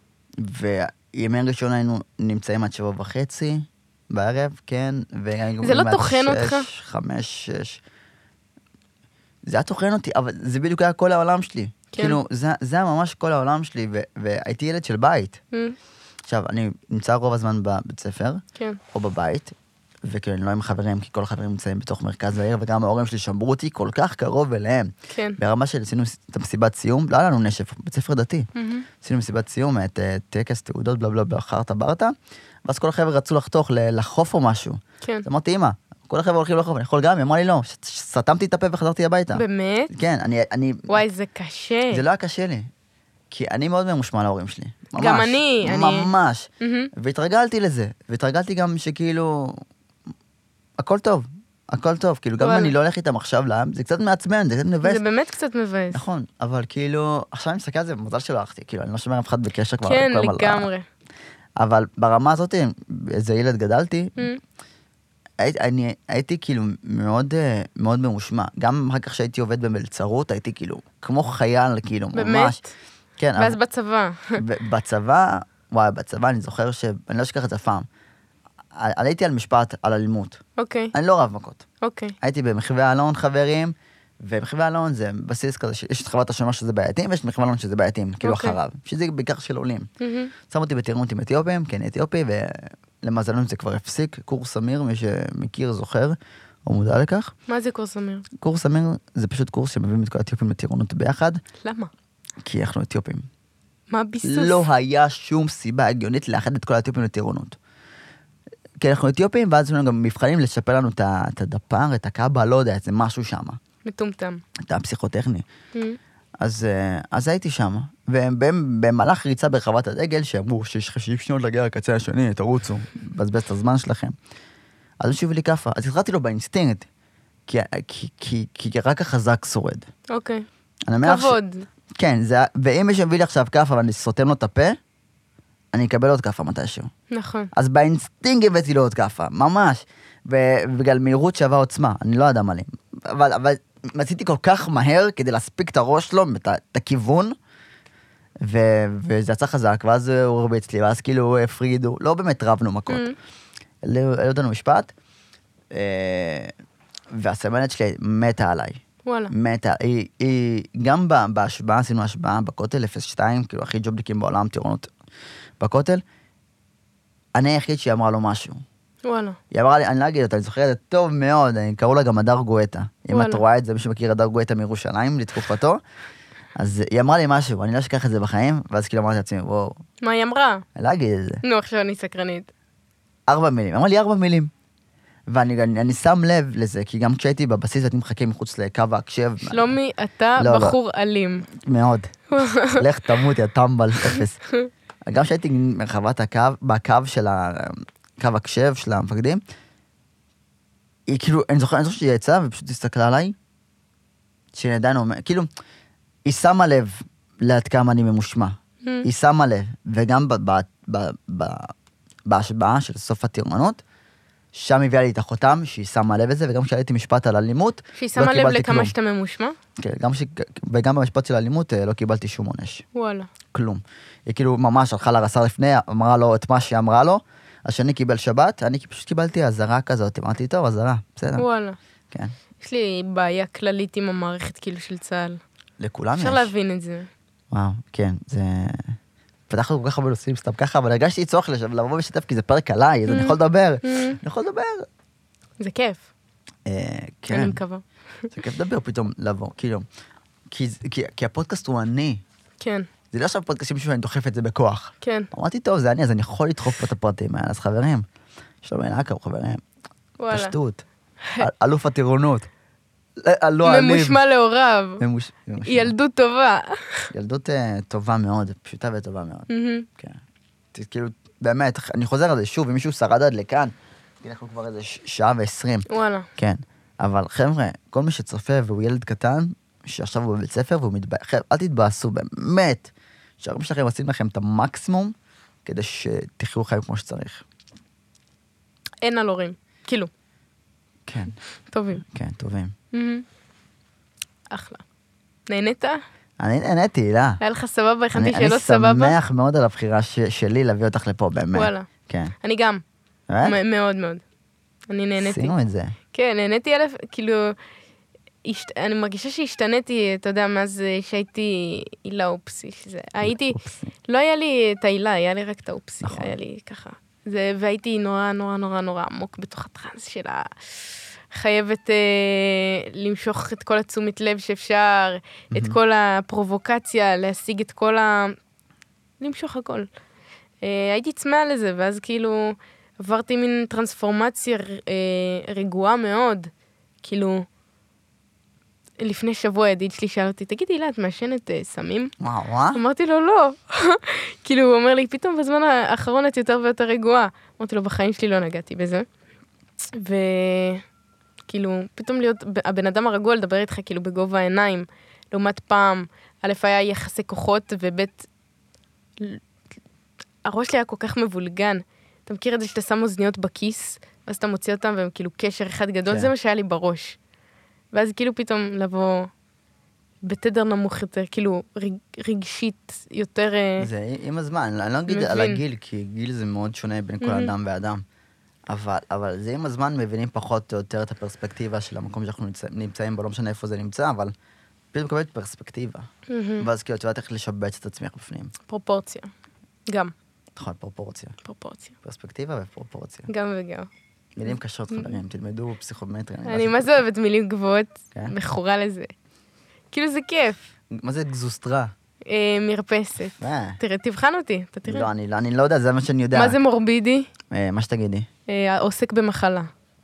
וימי ראשון היינו נמצאים עד 7:30 בערב, כן? זה לא טוחן אותך? 5, 6. זה היה טוחן אותי, אבל זה בדיוק היה כל העולם שלי. כן. כאילו, זה היה ממש כל העולם שלי, והייתי ילד של בית. עכשיו, אני נמצא רוב הזמן בבית ספר, כן. או בבית, וכאילו אני לא עם חברים, כי כל החברים נמצאים בתוך מרכז העיר, וגם ההורים שלי שמרו אותי כל כך קרוב אליהם. כן. ברמה של עשינו את המסיבת סיום, לא היה לנו נשף, בית ספר דתי. עשינו מסיבת סיום, את טקס, תעודות, בלה בלה בלה, חרטה ברטה, ואז כל החבר'ה רצו לחוף או משהו. כן. אז אמרתי, אמא, כל החבר'ה הולכים לחוף, אני יכול גם? היא אמרה לי לא, סתמתי את הפה וחזרתי הביתה. באמת? כן, אני... וואי, זה קשה. זה לא היה קשה לי. כי אני מאוד ממושמע להורים שלי. ממש. גם אני. ממש. והתרגלתי לזה. והתרגלתי גם שכאילו... הכל טוב. הכל טוב. כאילו, גם אם אני לא הולך איתם עכשיו לעם, זה קצת מעצבן, זה קצת מבאס. זה באמת קצת מבאס. נכון, אבל כאילו... עכשיו אני מסתכל על זה, מזל שלא הלכתי. כאילו, אני לא שומר אף אחד בקשר כבר. כן, לגמרי. אבל ברמה הזאת, איזה ילד גדלתי, הייתי כאילו מאוד ממושמע. גם אחר כך שהייתי עובד במלצרות, הייתי כאילו כמו חייל, כאילו, ממש. באמת? כן. ואז בצבא. בצבא, וואי, בצבא אני זוכר אני לא אשכח את זה פעם. עליתי על משפט על אלימות. אוקיי. אני לא רב מכות. אוקיי. הייתי במחווה אלון חברים, ומחווה אלון זה בסיס כזה, יש את חברת השומר שזה בעייתים, ויש את מחווה אלון שזה בעייתים, כאילו אחריו. שזה בעיקר של עולים. שם אותי בטירונות עם אתיופים, כן, אתיופי, ולמזלנו זה כבר הפסיק. קורס סמיר, מי שמכיר, זוכר, או מודע לכך. מה זה קורס סמיר? קורס סמיר זה פשוט קורס שמביאים את כל האתיופים לטירונות ביחד. למה? כי אנחנו אתיופים. מה הביסוס? לא היה שום סיבה הגיונית לאחד את כל האתיופים לטירונות. כי אנחנו אתיופים, ואז יש לנו גם מבחנים לשפר לנו את הדפר, את הקאבה, לא יודע, זה משהו שם. מטומטם. את הפסיכוטכני. אז הייתי שם, ובמהלך ריצה ברחבת הדגל, שאמרו שיש 50 שניות להגיע לקצה השני, תרוצו, בזבז את הזמן שלכם. אז הוא שיב לי כפה, אז התחלתי לו באינסטינקט, כי רק החזק שורד. אוקיי. כבוד. כן, ואם מישהו מביא לי עכשיו כפה ואני סותם לו את הפה, אני אקבל עוד כפה מתישהו. נכון. אז באינסטינקט הבאתי לו עוד כפה, ממש. ובגלל מהירות שווה עוצמה, אני לא אדם עלים. אבל מציתי כל כך מהר כדי להספיק את הראש שלו, את הכיוון, וזה יצא חזק, ואז הוא הרביץ לי, ואז כאילו הפרידו, לא באמת רבנו מכות. לא יודענו משפט, והסמנת שלי מתה עליי. וואלה. מתה, היא גם בהשבעה, עשינו השבעה בכותל 0-2, כאילו הכי ג'ובליקים בעולם, טירונות בכותל, אני היחיד שהיא אמרה לו משהו. וואלה. היא אמרה לי, אני לא אגיד אותה, אני זוכר את זה טוב מאוד, קראו לה גם הדר גואטה. אם את רואה את זה, מי שמכיר הדר גואטה מירושלים, לתקופתו, אז היא אמרה לי משהו, אני לא אשכח את זה בחיים, ואז כאילו אמרתי לעצמי, וואו. מה היא אמרה? אני לא אגיד את זה. נו, עכשיו אני סקרנית. 4 מילים, אמרה לי 4 מילים. ואני שם לב לזה, כי גם כשהייתי בבסיס, הייתי מחכה מחוץ לקו ההקשב. שלומי, אתה בחור אלים. מאוד. לך תמות, יא טמבל, אפס. גם כשהייתי מרחבת הקו, בקו של קו הקשב של המפקדים, היא כאילו, אני זוכר שהיא יצאה ופשוט הסתכלה עליי, שהיא עדיין אומר, כאילו, היא שמה לב לעד כמה אני ממושמע. היא שמה לב, וגם בהשבעה של סוף הטירונות, שם הביאה לי את החותם, שהיא שמה לב לזה, וגם כשהייתי משפט על אלימות, שהיא שמה לב לכמה שאתה ממושמע? כן, וגם במשפט של אלימות לא קיבלתי שום עונש. וואלה. כלום. היא כאילו ממש הלכה לרס"ר לפני, אמרה לו את מה שהיא אמרה לו, השני קיבל שבת, אני פשוט קיבלתי הזרה כזאת, אמרתי, טוב, הזרה, בסדר. וואלה. כן. יש לי בעיה כללית עם המערכת כאילו של צה"ל. לכולם יש. אפשר להבין את זה. וואו, כן, זה... פתחנו כל כך הרבה נושאים סתם ככה, אבל הרגשתי צורך לבוא ולשתף, כי זה פרק עליי, אז אני יכול לדבר. אני יכול לדבר. זה כיף. כן. אני מקווה. זה כיף לדבר פתאום לבוא, כאילו. כי הפודקאסט הוא אני. כן. זה לא עכשיו פודקאסט שמישהו אני דוחף את זה בכוח. כן. אמרתי, טוב, זה אני, אז אני יכול לדחוף פה את הפרטים האלה, אז חברים. שלום עינקה, חברים. וואלה. פשטות. אלוף הטירונות. לא אלים. ממושמע להוריו. ממושמע. ילדות טובה. ילדות טובה מאוד, פשוטה וטובה מאוד. כן. כאילו, באמת, אני חוזר על זה שוב, אם מישהו שרד עד לכאן, אנחנו כבר איזה שעה ו20. וואלה. כן. אבל חבר'ה, כל מי שצופה והוא ילד קטן, שעכשיו הוא בבית ספר והוא מתבאס, חבר'ה, אל תתבאסו, באמת. שהרבים שלכם עושים לכם את המקסימום, כדי שתחיו חיים כמו שצריך. אין על הורים. כאילו. כן. טובים. כן, טובים. אחלה. נהנית? אני נהניתי, הילה. היה לך סבבה? הכנתי שאלות סבבה? אני שמח מאוד על הבחירה שלי להביא אותך לפה, באמת. וואלה. כן. אני גם. באמת? מאוד מאוד. אני נהניתי. עשינו את זה. כן, נהניתי כאילו... אני מרגישה שהשתניתי, אתה יודע, מאז שהייתי הילה אופסי. הייתי... לא היה לי את ההילה, היה לי רק את האופסי. היה לי ככה. והייתי נורא נורא נורא נורא עמוק בתוך הטרנס שלה. חייבת למשוך את כל התשומת לב שאפשר, את כל הפרובוקציה, להשיג את כל למשוך הכל. הייתי צמאה לזה, ואז כאילו עברתי מין טרנספורמציה רגועה מאוד. כאילו, לפני שבוע ידיד שלי שאל אותי, תגידי, הילה, את מעשנת סמים? וואו. אמרתי לו, לא. כאילו, הוא אומר לי, פתאום בזמן האחרון את יותר ויותר רגועה. אמרתי לו, בחיים שלי לא נגעתי בזה. כאילו, פתאום להיות הבן אדם הרגוע לדבר איתך כאילו בגובה העיניים, לעומת פעם, א' היה יחסי כוחות, וב' הראש שלי היה כל כך מבולגן. אתה מכיר את זה שאתה שם אוזניות בכיס, ואז אתה מוציא אותם, והם כאילו קשר אחד גדול, זה מה שהיה לי בראש. ואז כאילו פתאום לבוא בתדר נמוך יותר, כאילו רגשית יותר... זה עם הזמן, אני לא אגיד על הגיל, כי גיל זה מאוד שונה בין כל אדם ואדם. אבל זה עם הזמן מבינים פחות או יותר את הפרספקטיבה של המקום שאנחנו נמצאים בו, לא משנה איפה זה נמצא, אבל פתאום מקבלת פרספקטיבה. ואז כאילו, את יודעת איך לשבץ את עצמך בפנים. פרופורציה. גם. נכון, פרופורציה. פרופורציה. פרספקטיבה ופרופורציה. גם וגם. מילים קשות, חברים, תלמדו פסיכומטריה. אני מה זה אוהבת מילים גבוהות, מכורה לזה. כאילו זה כיף. מה זה גזוסטרה? מרפסת. תראה, תבחן אותי, אתה תראה. לא, אני לא יודע, זה מה שאני יודע. מה זה מורבידי? מה שתגידי. עוסק במחלה.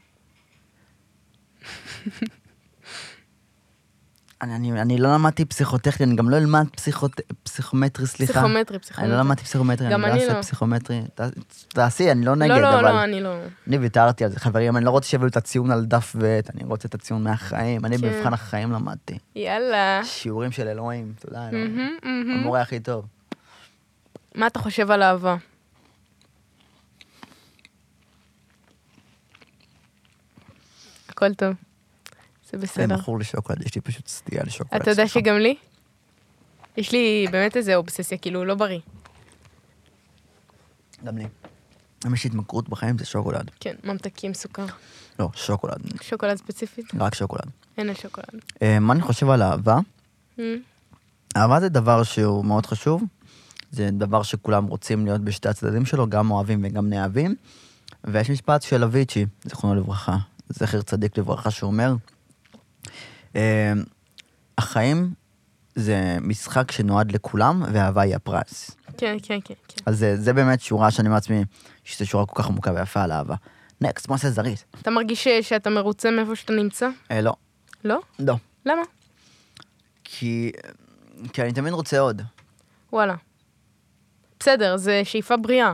אני לא למדתי פסיכוטכני, אני גם לא אלמד פסיכומטרי, סליחה. פסיכומטרי. אני לא למדתי פסיכומטרי, גם אני לא אעשה פסיכומטרי. תעשי, אני לא נגד, אבל... לא, אני לא. אני ויתרתי על זה, חברים, אני לא רוצה שיביאו את הציון על דף ב', אני רוצה את הציון מהחיים, אני במבחן החיים למדתי. יאללה. שיעורים של אלוהים, תודה, אלוהים. המורה הכי טוב. מה אתה חושב על אהבה? הכל טוב. זה בסדר. אני מכור לשוקולד, יש לי פשוט סטייה לשוקולד. אתה יודע שגם לי? יש לי באמת איזה אובססיה, כאילו, לא בריא. גם לי. אם יש לי התמכרות בחיים זה שוקולד. כן, ממתקים, סוכר. לא, שוקולד. שוקולד ספציפית? רק שוקולד. אין על שוקולד. מה אני חושב על אהבה? אהבה זה דבר שהוא מאוד חשוב. זה דבר שכולם רוצים להיות בשתי הצדדים שלו, גם אוהבים וגם נאהבים. ויש משפט של אביצ'י, זכרונו לברכה, זכר צדיק לברכה, שאומר, החיים זה משחק שנועד לכולם, ואהבה היא הפרס. כן. אז זה באמת שורה שאני מעצמי, שזו שורה כל כך עמוקה ויפה על אהבה. נקסט, מה זה זריז? אתה מרגיש שאתה מרוצה מאיפה שאתה נמצא? לא. לא? לא. למה? כי אני תמיד רוצה עוד. וואלה. בסדר, זה שאיפה בריאה.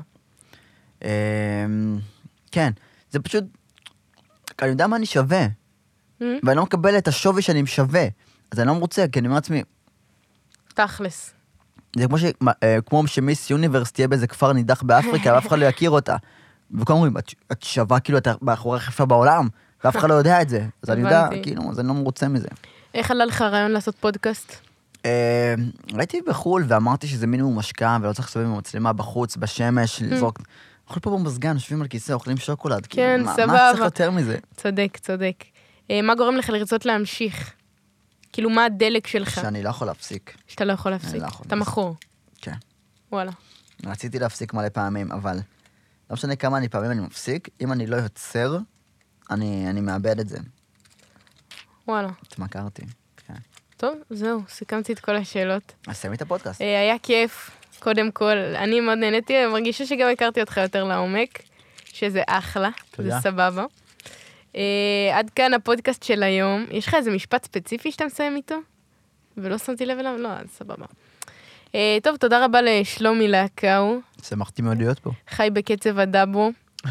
כן, זה פשוט, אני יודע מה אני שווה, ואני לא מקבל את השווי שאני שווה, אז אני לא מרוצה, כי אני אומר לעצמי, תכלס. זה כמו שמיס יוניברס תהיה באיזה כפר נידח באפריקה, ואף אחד לא יכיר אותה. וכולם אומרים, את שווה כאילו את בחורה הכי יפה בעולם, ואף אחד לא יודע את זה. אז אני יודע, כאילו, אז אני לא מרוצה מזה. איך עלה לך הרעיון לעשות פודקאסט? הייתי בחול ואמרתי שזה מינימום השקעה, ולא צריך לסובב עם המצלמה בחוץ, בשמש, לזרוק אוכל פה במזגן, יושבים על כיסא, אוכלים שוקולד. כן, מה סבבה. צריך יותר מזה? צודק. מה גורם לך לרצות להמשיך? כאילו, מה הדלק שלך? שאני לא יכול להפסיק. שאתה לא יכול להפסיק. לא יכול אתה להפסיק. מכור. כן. וואלה. רציתי להפסיק מלא פעמים, אבל לא משנה כמה פעמים אני מפסיק, אם אני לא יוצר, אני מאבד את זה. וואלה. התמכרתי. כן. טוב, זהו, סיכמתי את כל השאלות. אז סיימי את הפודקאסט. היה כיף, קודם כל. אני מאוד נהניתי, אני מרגישה שגם הכרתי אותך יותר לעומק, שזה אחלה. תודה. זה סבבה. עד כאן הפודקאסט של היום. יש לך איזה משפט ספציפי שאתה מסיים איתו? ולא שמתי לב אליו? לא, אז סבבה. טוב, תודה רבה לשלומי להקאו. שמחתי מאוד להיות פה. חי בקצב הדאבו.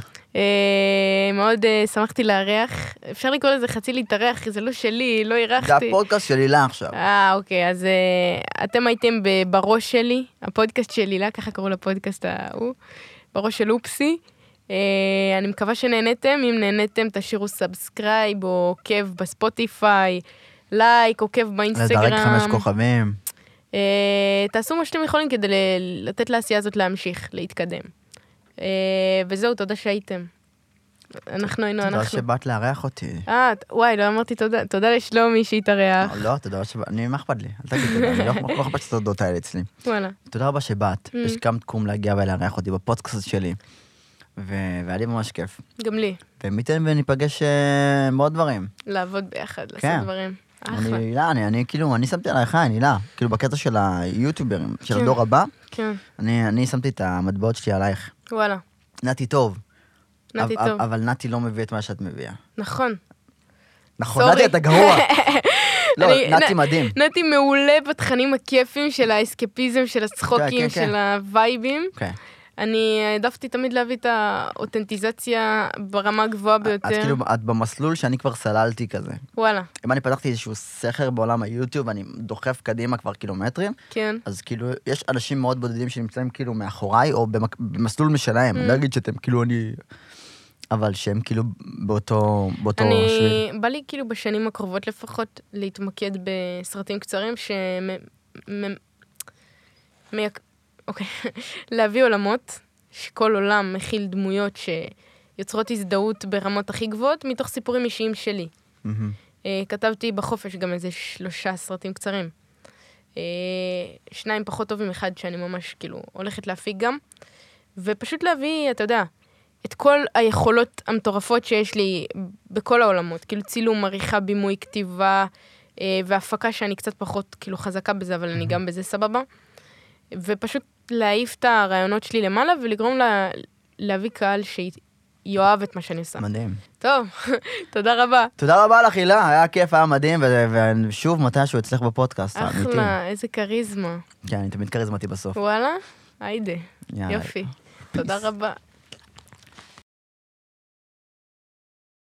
מאוד שמחתי לארח. אפשר לקרוא לזה חצי להתארח, זה לא שלי, לא אירחתי. זה הפודקאסט של הילה עכשיו. אוקיי, אז אתם הייתם בראש שלי, הפודקאסט של הילה, ככה קראו לפודקאסט ההוא, בראש של אופסי. אני מקווה שנהנתם, אם נהנתם תשאירו סאבסקרייב או עוקב בספוטיפיי, לייק, עוקב באינסטגרם. לדרג 5 כוכבים. תעשו מה שאתם יכולים כדי לתת לעשייה הזאת להמשיך, להתקדם. וזהו, תודה שהייתם. אנחנו היינו אנחנו. תודה שבאת לארח אותי. וואי, לא אמרתי תודה. תודה לשלומי שהתארח. לא, תודה שבאת. מה אכפת לי? אל תגיד תודה, אני לא אכפת שתודות האלה אצלי. וואלה. תודה רבה שבאת. השכמת קום להגיע ולארח אותי בפודקאסט שלי. והיה לי ממש כיף. גם לי. ומיתן וניפגש מאוד דברים. לעבוד ביחד, לעשות כן. דברים. אחלה. אני שמתי עלייך, הילה, כאילו בקטע של היוטיוברים, של הדור הבא, כן. אני שמתי את המטבעות שלי עלייך. וואלה. נתי טוב. נתי טוב. אבל נתי לא מביא את מה שאת מביאה. נכון. נכון, סורי. נתי אתה גרוע. לא, נתי מדהים. נתי מעולה בתכנים הכיפים של האסקפיזם, של הצחוקים, כן. של הווייבים. כן. אני העדפתי תמיד להביא את האותנטיזציה ברמה הגבוהה ביותר. את כאילו, את במסלול שאני כבר סללתי כזה. וואלה. אם אני פתחתי איזשהו סכר בעולם היוטיוב, אני דוחף קדימה כבר קילומטרים, כן. אז כאילו, יש אנשים מאוד בודדים שנמצאים כאילו מאחוריי, או במסלול משלהם. אני לא אגיד שאתם כאילו אבל שהם כאילו באותו שביל. בא לי כאילו בשנים הקרובות לפחות להתמקד בסרטים קצרים אוקיי, להביא עולמות, שכל עולם מכיל דמויות שיוצרות הזדהות ברמות הכי גבוהות, מתוך סיפורים אישיים שלי. כתבתי בחופש גם איזה 3 סרטים קצרים. 2 פחות טובים, 1 שאני ממש כאילו הולכת להפיק גם. ופשוט להביא, אתה יודע, את כל היכולות המטורפות שיש לי בכל העולמות. כאילו צילום, עריכה, בימוי, כתיבה, והפקה שאני קצת פחות כאילו חזקה בזה, אבל אני גם בזה סבבה. ופשוט להעיף את הרעיונות שלי למעלה, ולגרום להביא קהל שיואב את מה שאני עושה. מדהים. טוב, תודה רבה. תודה רבה לך, הילה, היה כיף, היה מדהים, ושוב, מתישהו אצלך בפודקאסט. אחלה, איזה קריזמה. כן, אני תמיד קריזמתי בסוף. וואלה? היידה, יופי. תודה רבה.